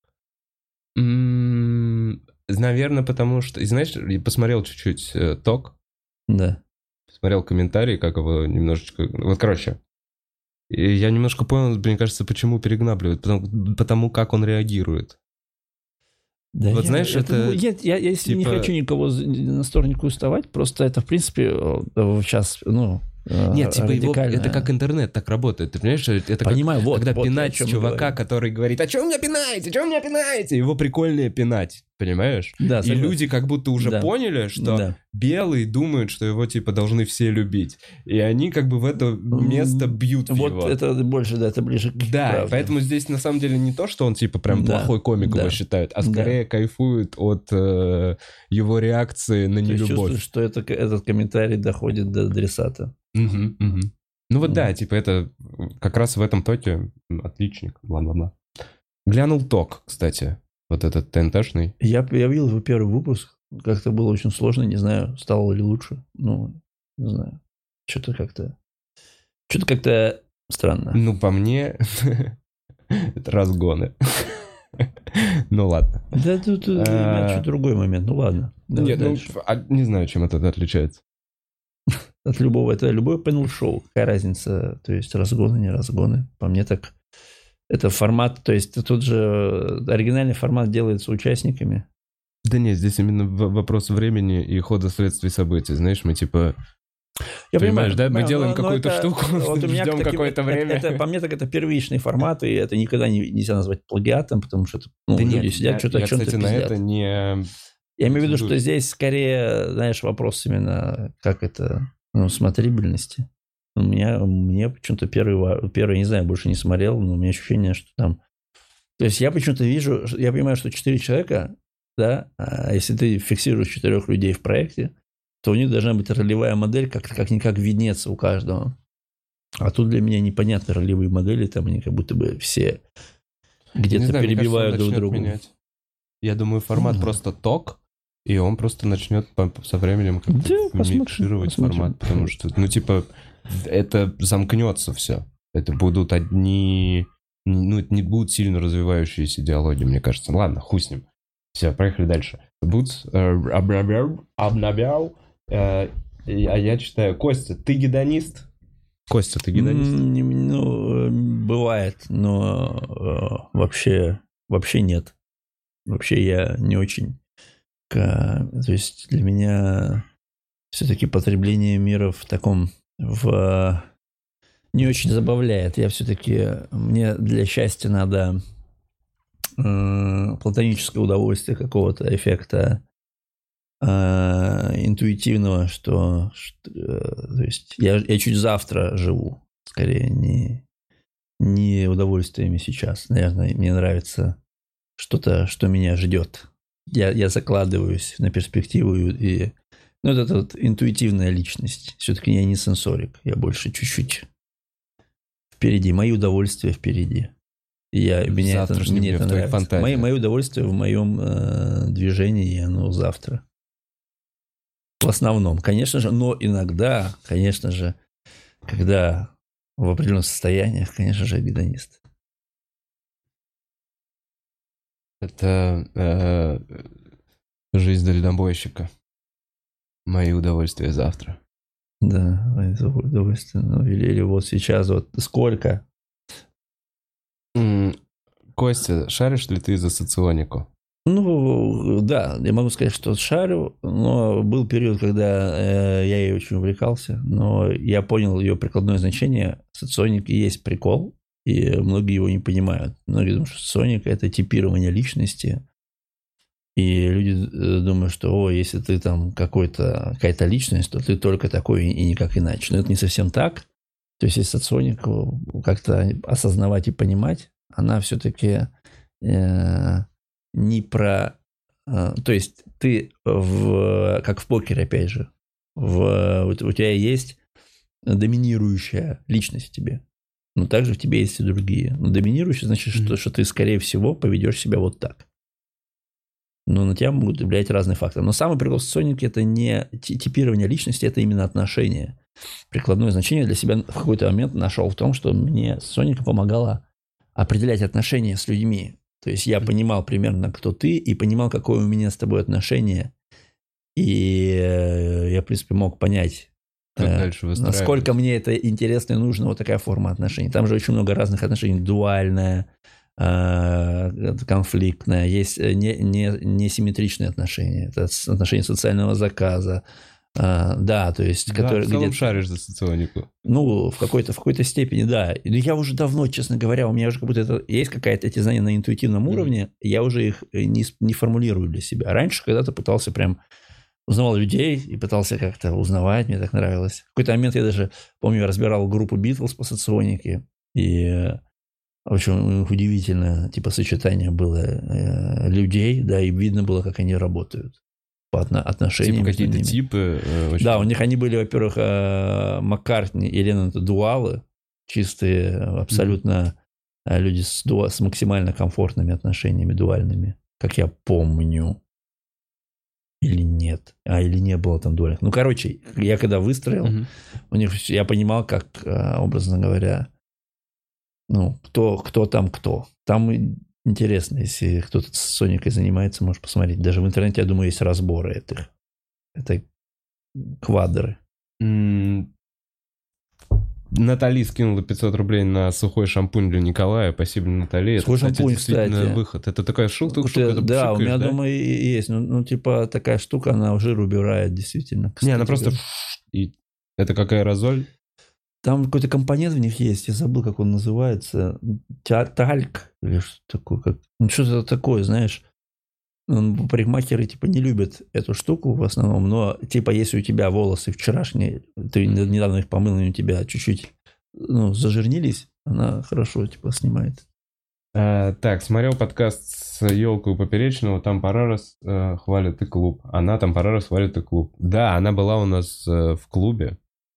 Наверное, потому что... И знаешь, я посмотрел чуть-чуть э, ток, Да. посмотрел комментарии, как его немножечко... Вот, короче, и я немножко понял, мне кажется, почему перегнабливают. Потому, потому как он реагирует. Да Вот я- знаешь, это, ну, я, я, я если не типа- хочу никого за- на сторону уставать, просто это, в принципе, э, сейчас, ну, э, Нет, типа его, радикально. это как интернет так работает. Ты понимаешь, это как Понимаю, вот, когда вот пинать о чем мы чувака, говорим. который говорит, а что вы меня пинаете, что вы меня пинаете? Его прикольнее пинать, понимаешь? Да, И согласен. люди как будто уже Да. поняли, что Да. белые думают, что его типа должны все любить. И они как бы в это место бьют в Вот его. это больше, да, это ближе к Да, правде. поэтому здесь на самом деле не то, что он типа прям Да, плохой комик да, его считают, а да. скорее кайфуют от э, его реакции на То есть нелюбовь. чувствуешь, что это, этот комментарий доходит до адресата. Мгм, мгм. Ну вот Мгм. да, типа это как раз в этом токе м, отличник, бла-бла-бла. Глянул ток, кстати, вот этот ТНТшный. Я, я видел его первый выпуск, как-то было очень сложно, не знаю, стало ли лучше. Ну, не знаю. Что-то как-то... Что-то как-то странно. Ну, по мне, это разгоны. Ну ладно. Да, тут э, А. чуть другой момент. Ну ладно. Давай Нет, ну, дальше. а не знаю, чем это отличается. От любого, это любой панел-шоу. Какая разница? То есть разгоны, не разгоны. По мне так... Это формат, то есть тут же оригинальный формат делается участниками. Да нет, здесь именно в- вопрос времени и хода следствий событий. Знаешь, мы типа... Я Понимаешь, да? Мы но- делаем но какую-то это- штуку, вот у меня ждем к таким- какое-то это- время. Это, по мне, так это первичный формат, и это никогда не, нельзя назвать плагиатом, потому что это, ну, Да люди нет, сидят, я, что-то я, о чем-то кстати, на пиздят. это не... Я имею в виду, цензурю. что здесь скорее, знаешь, вопрос именно, как это, ну, смотрибельности. У меня, мне почему-то первый, ва- первый, не знаю, больше не смотрел, но у меня ощущение, что там... То есть я почему-то вижу, что- я понимаю, что четыре человека, да, а если ты фиксируешь четырех людей в проекте, то у них должна быть ролевая модель, как- как-никак виднеться у каждого. А тут для меня непонятно ролевые модели, там они как будто бы все Не где-то знаю, мне кажется, перебивают он друг начнет друга. менять. Я думаю, формат Ну, да. просто ток, и он просто начнет по- со временем как-то Да, посмотрим, микшировать посмотрим. формат, потому что, ну, типа, это замкнется все. Это будут одни... Ну, это не будут сильно развивающиеся диалоги, мне кажется. Ладно, хуй с ним. Все, проехали дальше. Бутс, э, обнабял, обнабял, э, а я читаю, Костя, ты гедонист? Костя, ты гедонист? М, не- Ну, э, бывает, но э, вообще, вообще нет. Вообще я не очень... ка- То есть для меня все-таки потребление мира в таком... в не очень забавляет. Я все-таки... Мне для счастья надо э, платоническое удовольствие какого-то эффекта э, интуитивного, что, что, э, то есть я, я чуть завтра живу, скорее не, не удовольствиями сейчас. Наверное, мне нравится что-то, что меня ждет. Я, я закладываюсь на перспективу и... Ну, вот это вот интуитивная личность. Все-таки я не сенсорик, я больше чуть-чуть впереди. Мои удовольствия впереди. И Я, В меня это, завтрашнем мне дне, это в твоих нравится. фантазиях. Мои, мои удовольствия в моем э, движении, и оно завтра. В основном, конечно же, но иногда, конечно же, когда в определенных состояниях, конечно же, гедонист. Это э, жизнь дальнобойщика. Мои удовольствия завтра. Да, мои удовольствия. Ну, или, или вот сейчас вот сколько? М, Костя, шаришь ли ты за соционику? Ну, да, я могу сказать, что шарю, но был период, когда э, я ей очень увлекался, но я понял ее прикладное значение. Соционик и есть прикол, и многие его не понимают. Многие думают, что соционик – это типирование личности, и люди э, думают, что, о, если ты там какой-то, какая-то личность, то ты только такой и никак иначе. Но это не совсем так. То есть, если соционику как-то осознавать и понимать, она все-таки... Э, не про... э, То есть ты, в, как в покере, опять же, в, вот у тебя есть доминирующая личность в тебе. Но также в тебе есть и другие. Но доминирующий значит, mm-hmm. что, что ты, скорее всего, поведешь себя вот так. Но на тебя могут влиять разные факторы. Но самый прикол в соционике – это не типирование личности, это именно отношения. Прикладное значение для себя в какой-то момент нашел в том, что мне соника помогала определять отношения с людьми. То есть я понимал примерно, кто ты, и понимал, какое у меня с тобой отношение. И я, в принципе, мог понять, э, насколько мне это интересно и нужно, вот такая форма отношений. Там же очень много разных отношений. Дуальная, э, конфликтная, есть не, не, несимметричные отношения. Это отношения социального заказа. А, да, то есть... Да, который, в целом где-то, шаришь за соционику. Ну, в какой-то, в какой-то степени, да. Но я уже давно, честно говоря, у меня уже как будто это, есть какая-то эти знания на интуитивном mm-hmm. уровне, я уже их не, не формулирую для себя. Раньше когда-то пытался прям... Узнавал людей и пытался как-то узнавать, мне так нравилось. В какой-то момент я даже, помню, я разбирал группу Битлз по соционике, и очень удивительное типа сочетание было э, людей, да, и видно было, как они работают. По отношениям. Типа какие-то ними. Типы. Э, очень... Да, у них они были, во-первых, э, Маккартни и Леннон — это дуалы, чистые, абсолютно mm-hmm. люди с, ду... с максимально комфортными отношениями дуальными, как я помню. Или нет. А, или не было там дуальных. Ну, короче, я когда выстроил, mm-hmm. у них я понимал, как, образно говоря, ну, кто, кто там кто. Там интересно, если кто-то с соникой занимается, можешь посмотреть. Даже в интернете, я думаю, есть разборы этих. Это квадры. Mm. Натали скинула пятьсот рублей на сухой шампунь для Николая. Спасибо, Натали. Сухой это, шампунь, кстати, кстати. Выход. Это такая штука, Ух, штука да, пшикаешь, у меня да? дома и есть. Ну, ну, типа, такая штука, она жир убирает, действительно. Кстати, не, она просто... И... Это как аэрозоль? Там какой-то компонент в них есть, я забыл, как он называется. Тальк или что такое. Как... Ну, что-то такое, знаешь. Парикмахеры, типа, не любят эту штуку в основном, но, типа, если у тебя волосы вчерашние, ты недавно их помыл, и у тебя чуть-чуть, ну, зажирнились, она хорошо, типа, снимает. А, так, смотрел подкаст с Ёлкой у Поперечного, там Парарас э, хвалит и клуб. Она там Парарас хвалит и клуб. Да, она была у нас э, в клубе,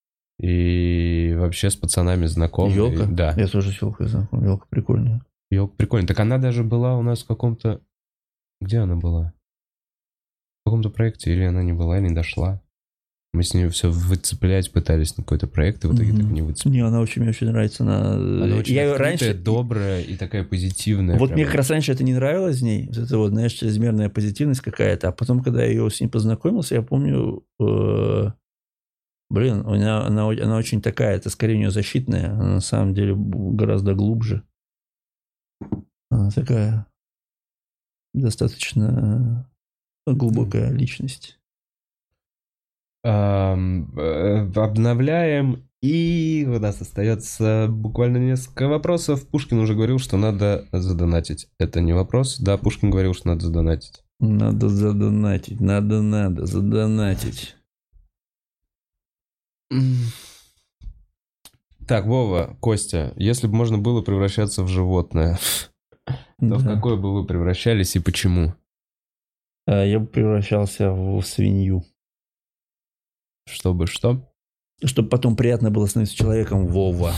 и вообще с пацанами знакома. Ёлка? И, да. Я тоже с Ёлкой знаком, Ёлка прикольная. Ёлка прикольная. Так она даже была у нас в каком-то... Где она была? В каком-то проекте, или она не была, или не дошла. Мы с ней все выцеплять пытались на какой-то проект, и в итоге mm-hmm. так не выцепили. Не, она очень, мне очень нравится. Она, она очень я открытая, раньше... добрая и такая позитивная. Вот прям. мне как раз раньше это не нравилось в ней. Вот это вот, знаешь, чрезмерная позитивность какая-то. А потом, когда я ее с ней познакомился, я помню... Э, блин, у меня, она, она очень такая, это скорее у нее защитная. Она на самом деле гораздо глубже. Она такая... достаточно глубокая личность. Обновляем, и у нас остается буквально несколько вопросов. Пушкин уже говорил, что надо задонатить. Это не вопрос. Да, Пушкин говорил, что надо задонатить. Надо задонатить, надо, надо задонатить. Так, Вова, Костя, если бы можно было превращаться в животное, то да. в какое бы вы превращались и почему? Я бы превращался в свинью. Чтобы что? Чтобы потом приятно было становиться человеком, Вова.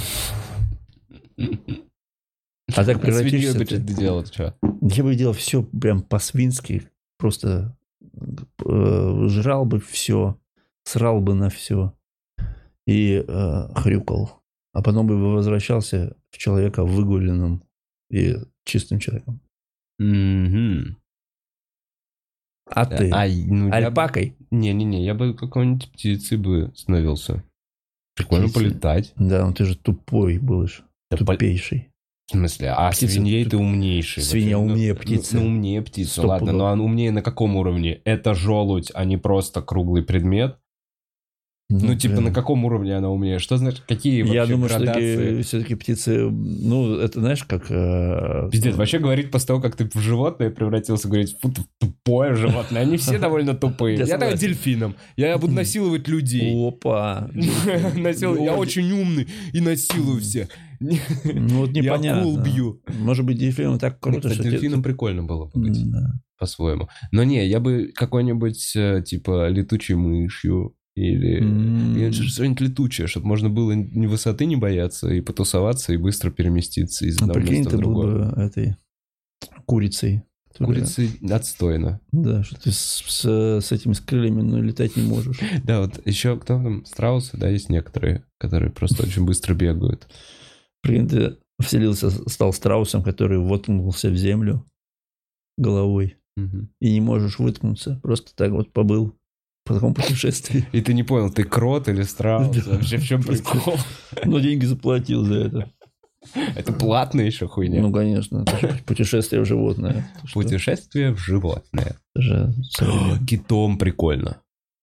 А так превратишься... А свиньей бы ты делал, что? Я бы делал все прям по-свински. Просто э, жрал бы все, срал бы на все и э, хрюкал. А потом бы возвращался в человека выгуленным и чистым человеком. Mm-hmm. А ты? А, ну, Альпакой? Не-не-не, я бы какой-нибудь птицей бы становился. Прикольно Птицы. Полетать. Да, ну ты же тупой будешь. Да тупейший. В смысле? А птица, свиньей ты умнейший. Свинья вообще. умнее ну, птицы. Ну, ну умнее птицы, ладно. Но он умнее на каком уровне? Это желудь, а не просто круглый предмет. Ну, ну типа, блин. На каком уровне она умнее? Что значит, какие вообще Я думаю, градации? что все-таки птицы, ну, это знаешь, как... Э, Пиздец, вообще говорить после того, как ты в животное превратился, говорить, фу, ты тупое животное. Они все довольно тупые. Я давай дельфином. Я буду насиловать людей. Опа. Я очень умный и насилую всех. Ну, вот непонятно. Я акул бью. Может быть, дельфином так круто, что... Дельфином прикольно было бы быть. По-своему. Но не, я бы какой-нибудь, типа, летучей мышью. Или М. что-нибудь летучее, чтобы можно было ни высоты не бояться, и потусоваться, и быстро переместиться из Ну, одного прикинь, места ты в был другое. бы этой курицей. которая- Курицы отстойно. Да, что ты с, с, с этими с крыльями, но летать не можешь. Да, вот еще кто там? Страусы, да, есть некоторые, которые просто очень быстро бегают. Прикинь, ты вселился, стал страусом, который воткнулся в землю головой, Мгм. и не можешь выткнуться. Просто так вот побыл по такому путешествии. И ты не понял, ты крот или страус? Да. Вообще в чем прикол? Но деньги заплатил за это. Это платная еще хуйня. Ну, конечно. Это же путешествие в животное. Ты что? Путешествие в животное. Это же современно. Китом прикольно.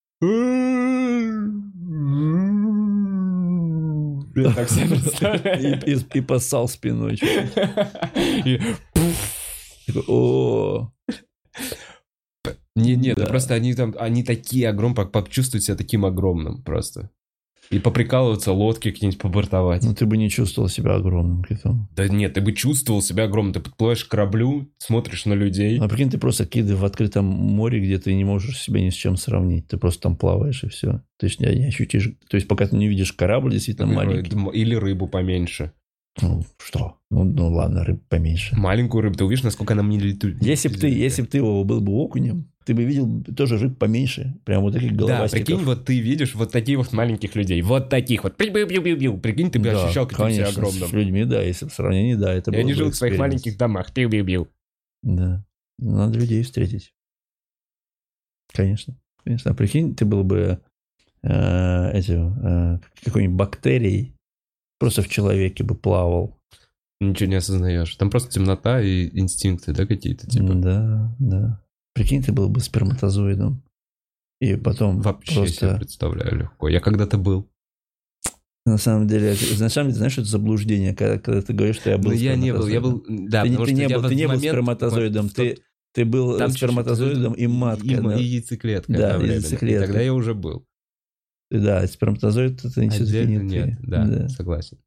Я так себе представляю. И, и- и поссал спиной. И- Такой, о, Не, нет, Да. да просто они там, они такие огромные, почувствовать себя таким огромным просто. И поприкалываться, лодки какие-нибудь побортовать. ну ты бы не чувствовал себя огромным китом. Да нет, ты бы чувствовал себя огромным. Ты подплываешь к кораблю, смотришь на людей. А прикинь, ты просто киды в открытом море, где ты не можешь себя ни с чем сравнить. Ты просто там плаваешь, и все. То есть не, не ощутишь. То есть пока ты не видишь корабль действительно маленький. Или рыбу поменьше. Ну, что? Ну, ну ладно, рыб поменьше. Маленькую рыбу. Ты увидишь, насколько она мне летит. Если бы ты, если б ты его был бы окунем, ты бы видел тоже рыб поменьше. Прям вот таких Да, головастиков. прикинь, вот ты видишь вот таких вот маленьких людей. Вот таких вот. Пиу-пиу-пиу-пиу. Прикинь, ты бы Да, ощущал каким себя конечно, огромным. с людьми, да, если в сравнении, да, это И было они бы живут в своих экспириенс. маленьких домах. Пиу-пиу-пиу. Да. Надо людей встретить. Конечно. Конечно. А прикинь, ты был бы э, этим, э, какой-нибудь бактерией, просто в человеке бы плавал. Ничего не осознаешь. Там просто темнота и инстинкты, да, какие-то, типа. Да, да. Прикинь, ты был бы сперматозоидом. И потом Вообще себе просто... представляю легко. Я когда-то был. На самом деле, это- на самом деле, знаешь, это заблуждение, когда, когда ты говоришь, что я был Но я не был, я был... сперматозоидом. Да, ты, не- потому ты что не я был, в ты не был момент- сперматозоидом, в тот- ты, ты был Там чуть-чуть сперматозоидом и матка. И, да. и яйцеклетка Да, одновременно. яйцеклетка. И тогда я уже был. Да, сперматозоид это все-таки Отдельно не нет, ты. да, согласен.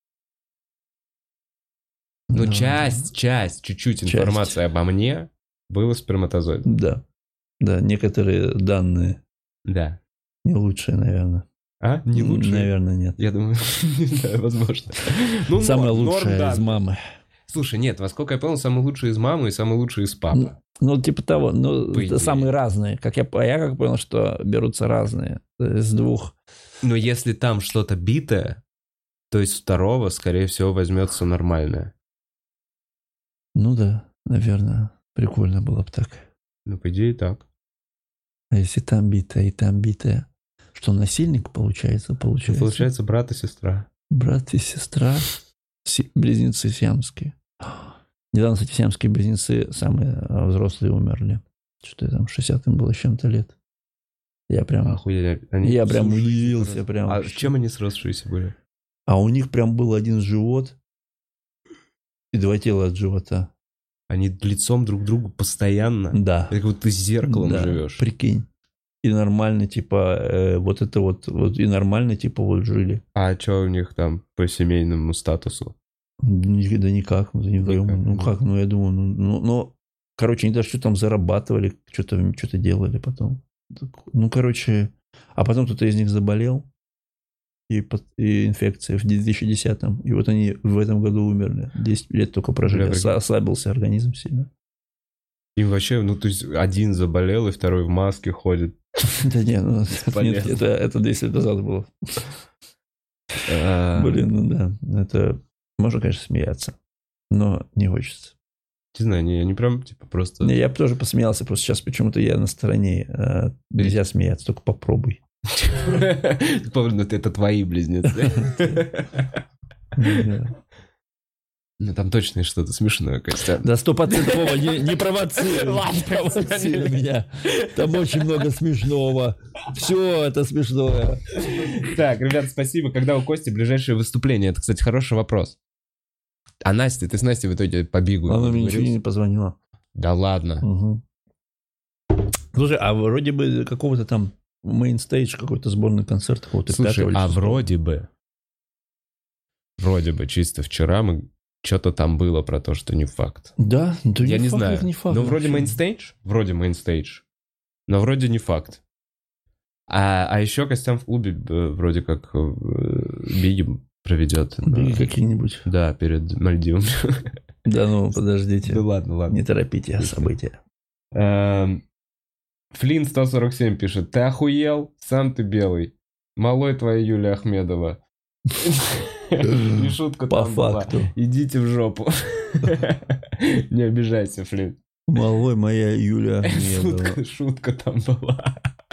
Ну, Да. часть, часть, чуть-чуть Часть. информации обо мне было сперматозоид. Да. Да, некоторые данные Да. не лучшие, наверное. А? Не лучше? Наверное, нет. Я думаю, не знаю, возможно. Ну, Самое норм, лучшее норм, из да. мамы. Слушай, нет, во сколько я понял, самый лучший из мамы и самый лучший из папы. Ну, типа того, ну, По это идее. самые разные. Как я, по- я как понял, что берутся разные. С двух. Но если там что-то битое, то из второго, скорее всего, возьмется нормальное. Ну да, наверное, прикольно было бы так. Ну, по идее, так. А если там битая и там битая, что насильник получается? Получается, Получается, брат и сестра. брат и сестра, си- близнецы сиамские. Недавно, кстати, сиамские близнецы самые а, взрослые умерли. Что там, шестьдесят было с чем-то лет. Я прям, Охуеть. Они я прям всю жизнь удивился. просто- Прям. А чем они сросшиеся были? А у них прям был один живот и два тела от живота. Они лицом друг к другу постоянно. Да. Как будто ты с зеркалом Да, живешь. прикинь. И нормально, типа, э, вот это вот, вот, и нормально, типа, вот жили. А что у них там по семейному статусу? Ни- Да никак, ну, не вдвоем. Никак, Ну да. как, ну я думаю, ну, ну, ну, короче, они даже что-то там зарабатывали, что-то что делали потом. Ну, короче, а потом кто-то из них заболел, и, под- и инфекция в две тысячи десятом, и вот они в этом году умерли. десять лет только прожили, Бля, прикинь. Оса- ослабился организм сильно. Им вообще, ну, то есть, один заболел, и второй в маске ходит. Да не, ну, нет, Понятно. это, это десять лет назад было. А, Блин, ну да, это можно, конечно, смеяться, но не хочется. Не знаю, не, они прям, типа, просто... Не, я бы тоже посмеялся, просто сейчас почему-то я на стороне. э, Нельзя смеяться, только попробуй. Помню, это твои близнецы. Да. Ну, там точно есть что-то смешное, Костя. Да сто процентов, Вова, не, не провоцируй. Ладно, не провоцируй меня. Там очень много смешного. Все это смешное. Так, ребят, спасибо. Когда у Кости ближайшее выступление? Это, кстати, хороший вопрос. А Настя, ты с Настей в итоге по бигу Она мне договорился? ничего не позвонила. Да ладно. Угу. Слушай, а вроде бы какого-то там мейнстейдж, какой-то сборный концерт какого-то Слушай, пятого или а шестого. вроде бы, вроде бы чисто вчера мы что-то там было про то, что не факт. Да, да Я не факт, знаю. это не факт Ну, вроде вообще. мейнстейдж, вроде мейнстейдж, но вроде не факт. А, а еще Костян в клубе э, вроде как э, биги проведет. Биги на- какие-нибудь. Да, перед Мальдивами. Да ну, подождите. Да ладно, ладно. Не торопите события. Эм, Флин сто сорок семь пишет. Ты охуел? Сам ты белый. Малой твоя Юлия Ахмедова. И шутка По там была. факту. Идите в жопу. Не обижайся, Флин. Малой моя Юля Ахмедова. Шутка, шутка там была.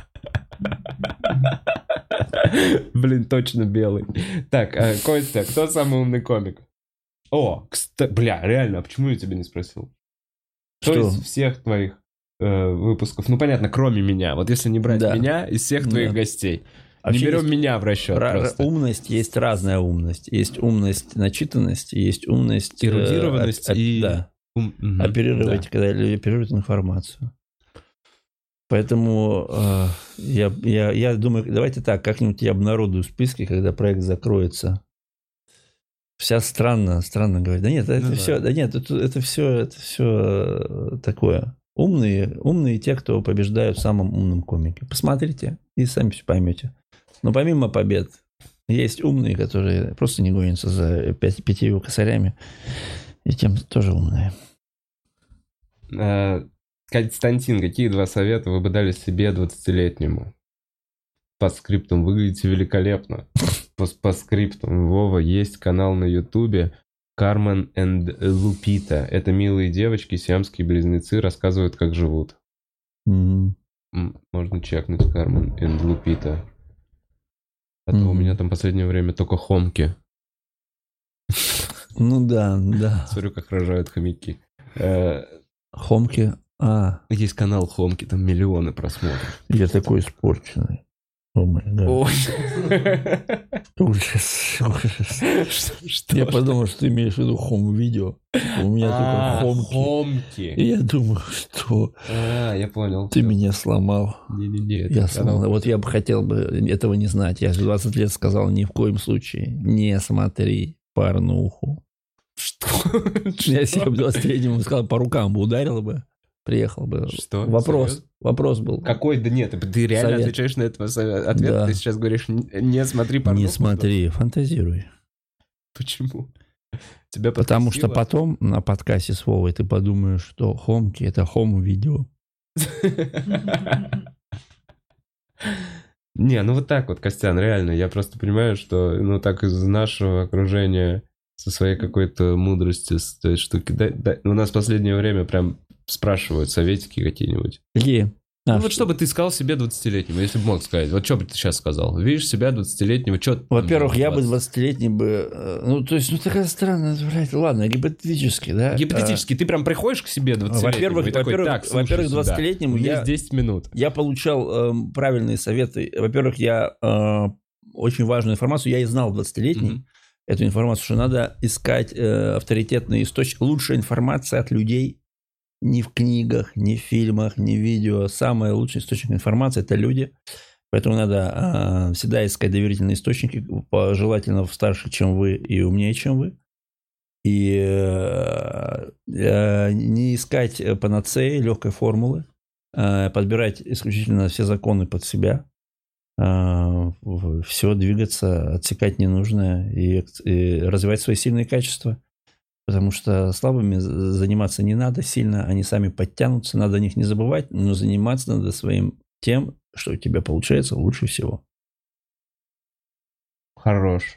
Блин, точно белый. Так, э, Костя, кто самый умный комик? О, кстати, бля, реально, а почему я тебя не спросил? Кто Что? из всех твоих э, выпусков, ну понятно, кроме меня, вот если не брать Да. меня, из всех твоих Да. гостей, Вообще не берем есть меня в расчет Ра- просто. Умность есть разная умность. Есть умность начитанность, есть умность... э, Эрудированность оп- оп- и- Да, Ум- мгм, оперировать, да. когда люди оперируют информацию. Поэтому э, я, я, я думаю, давайте так, как-нибудь я обнародую списки, когда проект закроется. Вся странно, странно говорить. Да нет, это Ну да. все, да нет, это, это все, это все такое. Умные, умные те, кто побеждают в самом умном комике. Посмотрите и сами все поймете. Но помимо побед, есть умные, которые просто не гонятся за пять, пятью косарями. И тем тоже умные. Э, Константин, какие два совета вы бы дали себе двадцатилетнему? По скриптам выглядите великолепно. По, по скриптам. Вова, есть канал на Ютубе Кармен энд Лупита. Это милые девочки, сиамские близнецы, рассказывают, как живут. Мгм. М, Можно чекнуть Кармен энд Лупита. А то у Мгм. меня там в последнее время только хомки. Ну да, да. Смотрю, как рожают хомяки. Э, Хомки. А, Есть канал Хомки, там миллионы просмотров. я такой испорченный. О май гад. Ой. Ужас, ужас. Что- что Я ж подумал, что ты имеешь в виду хом-видео. У меня А, только хомки. Хомки. И я думаю, что А, я понял. ты Всё. меня сломал. Не-не-не. это Я канал. сломал. Вот я бы хотел бы этого не знать. Я в двадцать лет сказал, ни в коем случае не смотри порнуху. Что? Я себе в двадцатилетнему сказал, по рукам бы ударил бы, приехал бы. Что? Вопрос, Серьезно? вопрос был. Какой? Да нет, ты реально Совет. отвечаешь на этот совет- ответ? Да. Ты сейчас говоришь, не не смотри порнуху? Не смотри, фантазируй. Почему? Тебя Потому что подкосило? потом на подкасте с Вовой ты подумаешь, что хомки — это хом-видео. Не, ну вот так вот, Костян, реально. Я просто понимаю, что, ну так из нашего окружения со своей какой-то мудростью, с той штуки. Да, да, у нас в последнее время прям спрашивают советики какие-нибудь. Какие? А, Ну вот что бы ты сказал себе двадцатилетнему, если бы мог сказать? Вот что бы ты сейчас сказал? Видишь себя двадцатилетнего, что ты там Во-первых, я бы делал в двадцатилетний бы... э, Ну, то есть, ну, такая странная, блядь, ладно, гипотетически, да? двадцать? Гипотетически, ты прям приходишь к себе двадцатилетнему Во-первых, и такой, во-первых, так, слушай во-первых, сюда, двадцатилетнему у меня я- есть десять минут. Я получал эм, правильные советы. Во-первых, я э, очень важную информацию, я и знал двадцатилетний, Мгм. эту информацию, что надо искать э, авторитетные источники. Лучшая информация от людей ни в книгах, ни в фильмах, ни в видео. Самый лучший источник информации – это люди. Поэтому надо э, всегда искать доверительные источники, по- желательно старше, чем вы, и умнее, чем вы. И э, э, не искать панацеи, легкой формулы, э, подбирать исключительно все законы под себя, все двигаться, отсекать ненужное и, эк- и развивать свои сильные качества. Потому что слабыми з- заниматься не надо сильно, они сами подтянутся, надо о них не забывать, но заниматься надо своим тем, что у тебя получается лучше всего. Хорош.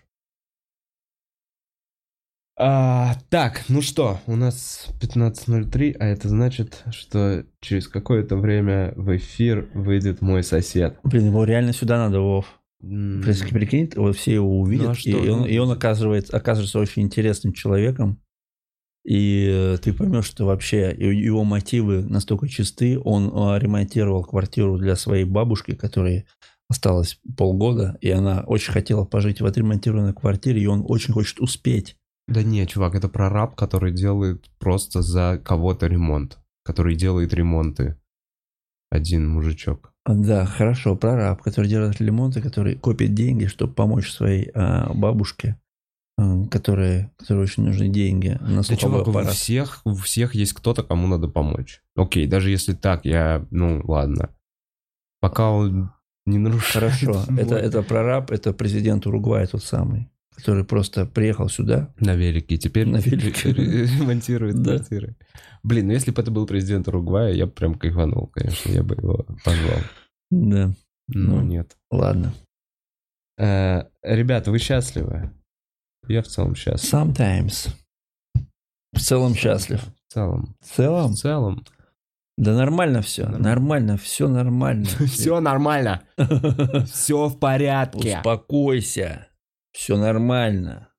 А, так, ну что, у нас пятнадцать ноль три, а это значит, что через какое-то время в эфир выйдет мой сосед. Блин, его реально сюда надо, Вов. М, Прикинь, прикинь, вот все его увидят, Ну, а и, что? и он, Ну, и он оказывается, оказывается очень интересным человеком. И э, ты поймешь, что вообще и- его мотивы настолько чисты. Он э, ремонтировал квартиру для своей бабушки, которой осталось полгода, и она очень хотела пожить в отремонтированной квартире, и он очень хочет успеть. Да не, чувак, это прораб, который делает просто за кого-то ремонт. Который делает ремонты. Один мужичок. Да, хорошо, прораб, который делает ремонты, который копит деньги, чтобы помочь своей а, бабушке, а, которой, которой очень нужны деньги на Да, слуховой чувак, у аппарат. всех, у всех есть кто-то, кому надо помочь. Окей, даже если так, я, ну, ладно. Пока он не нарушает. Хорошо. Это, это прораб, это президент Уругвая тот самый, который просто приехал сюда. На велике. И теперь На велике. ремонтирует Да. квартиры. Блин, ну если бы это был президент Уругвая, я бы прям кайфанул, конечно. Я бы его позвал. Да. Но Ну. нет. Ладно. Э, Ребята, вы счастливы? Я в целом счастлив. Sometimes. В целом счастлив. В целом. В целом? В целом. Да нормально все. Нормально. Нормально, все нормально. Все нормально. Все в порядке. Успокойся. Все нормально.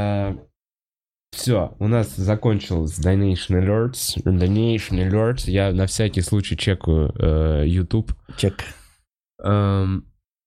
Все, у нас закончилось Donation Alerts. Donation Alerts. Я на всякий случай чекаю э, YouTube. Чек. Эм,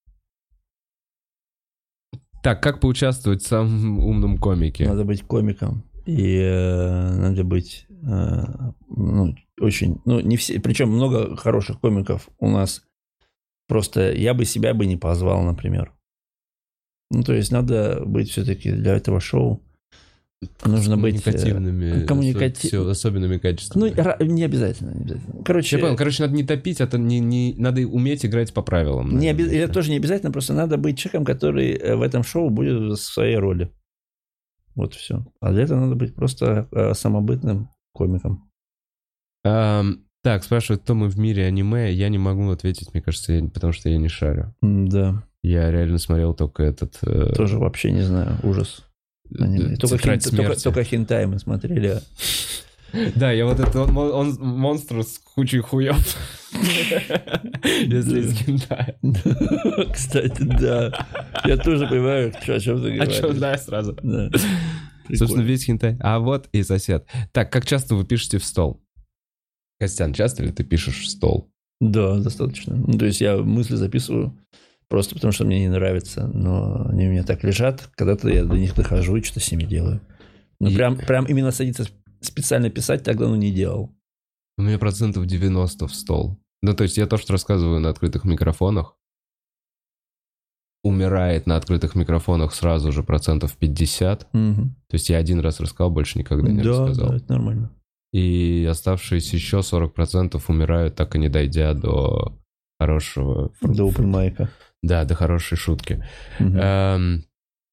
Так, как поучаствовать в самом умном комике? Надо быть комиком. И э, надо быть э, ну, очень... Ну, не все... Причем много хороших комиков у нас. Просто я бы себя бы не позвал, например. Ну, то есть надо быть все-таки для этого шоу. Нужно быть... Коммуникативными, коммуникати- осо- всё, особенными Ну, качествами. ра- не обязательно, не обязательно. Короче, Я понял, короче, надо не топить, это не, не... надо уметь играть по правилам. не наверное, оби- это ещё. тоже не обязательно, просто надо быть человеком, который э, в этом шоу будет в своей роли. Вот все. А для этого надо быть просто э, самобытным комиком. Ам, так, спрашивают, кто мы в мире аниме. Я не могу ответить, мне кажется, я- потому что я не шарю. М, Да, Я реально смотрел только этот... э, тоже вообще не знаю. Ужас. Аниме. э, Только, «Тетрадь хин- только, смерти». только хентай мы смотрели. Да, я вот этот он, он- монстр с кучей хуев. Если из хентая. Кстати, да. Я тоже понимаю, о чем ты А говоришь. что, да, сразу. Да. Собственно, Прикольно. весь хентай. А вот и сосед. Так, как часто вы пишете в стол? Костян, часто ли ты пишешь в стол? Да, достаточно. Ну, то есть я мысли записываю просто потому, что мне не нравится, но они у меня так лежат, когда-то я до них дохожу и что-то с ними делаю. Ну, И- прям, прям именно садиться специально писать так давно не делал. У меня процентов девяносто в стол. Ну, то есть я то, что рассказываю на открытых микрофонах, умирает на открытых микрофонах сразу же процентов пятьдесят. Мгм. То есть я один раз рассказал, больше никогда не Да, рассказал. да, это нормально. И оставшиеся еще сорок процентов умирают, так и не дойдя до хорошего... До open майка. Да, до хорошей шутки. Мгм. Эм,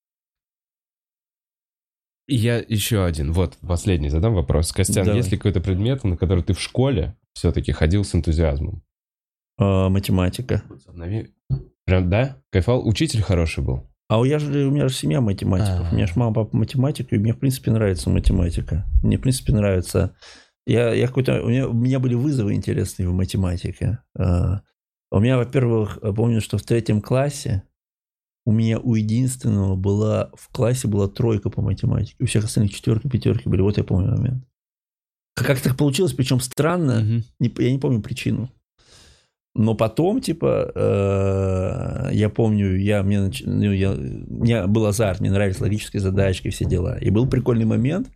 Я еще один. Вот, последний задам вопрос. Костян, Давай. есть ли какой-то предмет, на который ты в школе все-таки ходил с энтузиазмом? А, математика. Обнови. Прям, да? Кайфал? Учитель хороший был? А у, я же, у меня же семья математиков. А. У меня же мама, папа математик, и мне, в принципе, нравится математика. Мне, в принципе, нравится... Я, я какой-то... У меня, у меня были вызовы интересные в математике. А, у меня, во-первых, помню, что в третьем классе у меня у единственного была... В классе была тройка по математике. У всех остальных четверки, пятерки были. Вот я помню момент. Как так получилось, причем странно. Мгм. Не- я не помню причину. Но потом, типа, э, я помню, я, мне, нач- ну, я, у меня был азарт, мне нравились логические задачки, все дела. И был прикольный момент,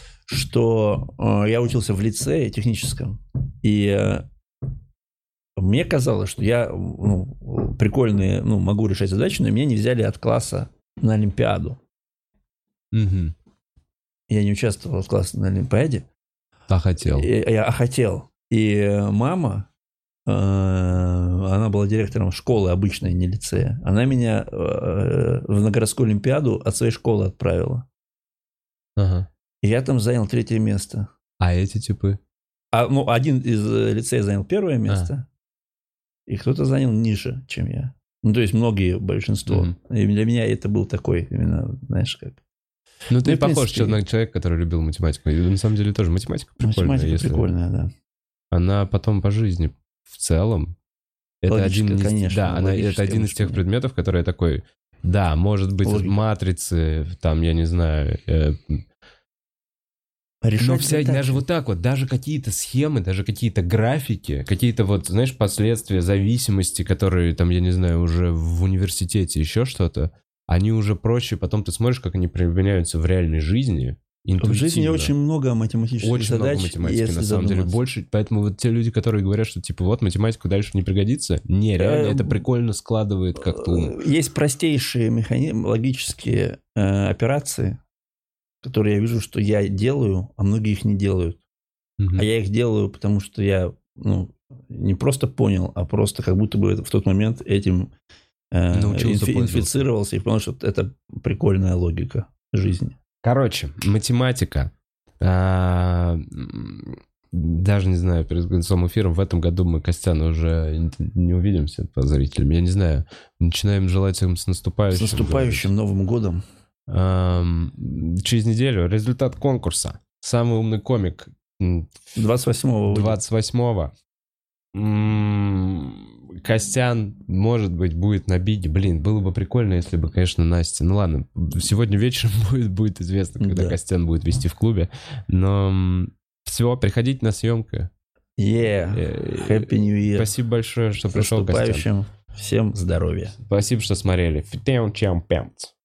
что э, я учился в лицее техническом, и э, мне казалось, что я ну, прикольные, ну, могу решать задачи, но меня не взяли от класса на Олимпиаду. Мгм. Я не участвовал в классе на Олимпиаде. А хотел. И- Я а хотел. И мама, э, она была директором школы обычной, не лицея. Она меня э, в городскую олимпиаду от своей школы отправила. Ага. И я там занял третье место. А эти типы? А, ну, один из э, лицея занял первое место, и кто-то занял ниже, чем я. Ну, то есть многие, большинство. Мгм. И для меня это был такой, именно, знаешь, как... Ну, ты Ну, в похож принципе, на человека, который любил математику. И на самом деле тоже математика прикольная. Математика если- прикольная, да. Она потом по жизни в целом... Это один, Логическая, из, конечно, да, она, это логическое один из тех мышление. предметов, которые такой... Да, может быть, Логика. матрицы, там, я не знаю... э, Решать Но вся, задачи. даже вот так вот, даже какие-то схемы, даже какие-то графики, какие-то вот, знаешь, последствия зависимости, которые там, я не знаю, уже в университете, еще что-то, они уже проще, потом ты смотришь, как они применяются в реальной жизни, В интуитивно. жизни очень много математических Очень задач, много математики, если на самом деле, задуматься. больше, поэтому вот те люди, которые говорят, что типа вот математику дальше не пригодится, не, реально, Э, это прикольно складывает как-то ум. Есть простейшие механизмы, логические э, операции, которые я вижу, что я делаю, а многие их не делают. Мгм. А я их делаю, потому что я ну, Не просто понял, а просто как будто бы в тот момент этим э, инфи- инфицировался и понял, что это прикольная логика жизни. Короче, математика. А, даже не знаю, перед концом эфира, в этом году мы, Костяна, уже не увидимся по зрителям. Я не знаю. Начинаем желать всем с наступающим. С наступающим Новым годом. А, через неделю результат конкурса. Самый умный комик. двадцать восьмого. двадцать восьмого. Костян, может быть, будет на биге. Блин, было бы прикольно, если бы, конечно, Настя. Ну ладно, сегодня вечером будет, будет известно, когда да. Костян будет вести в клубе. Но все, приходите на съемку. Yeah. Happy New Year. Спасибо большое, что пришел, Костян. Всем здоровья. Спасибо, что смотрели.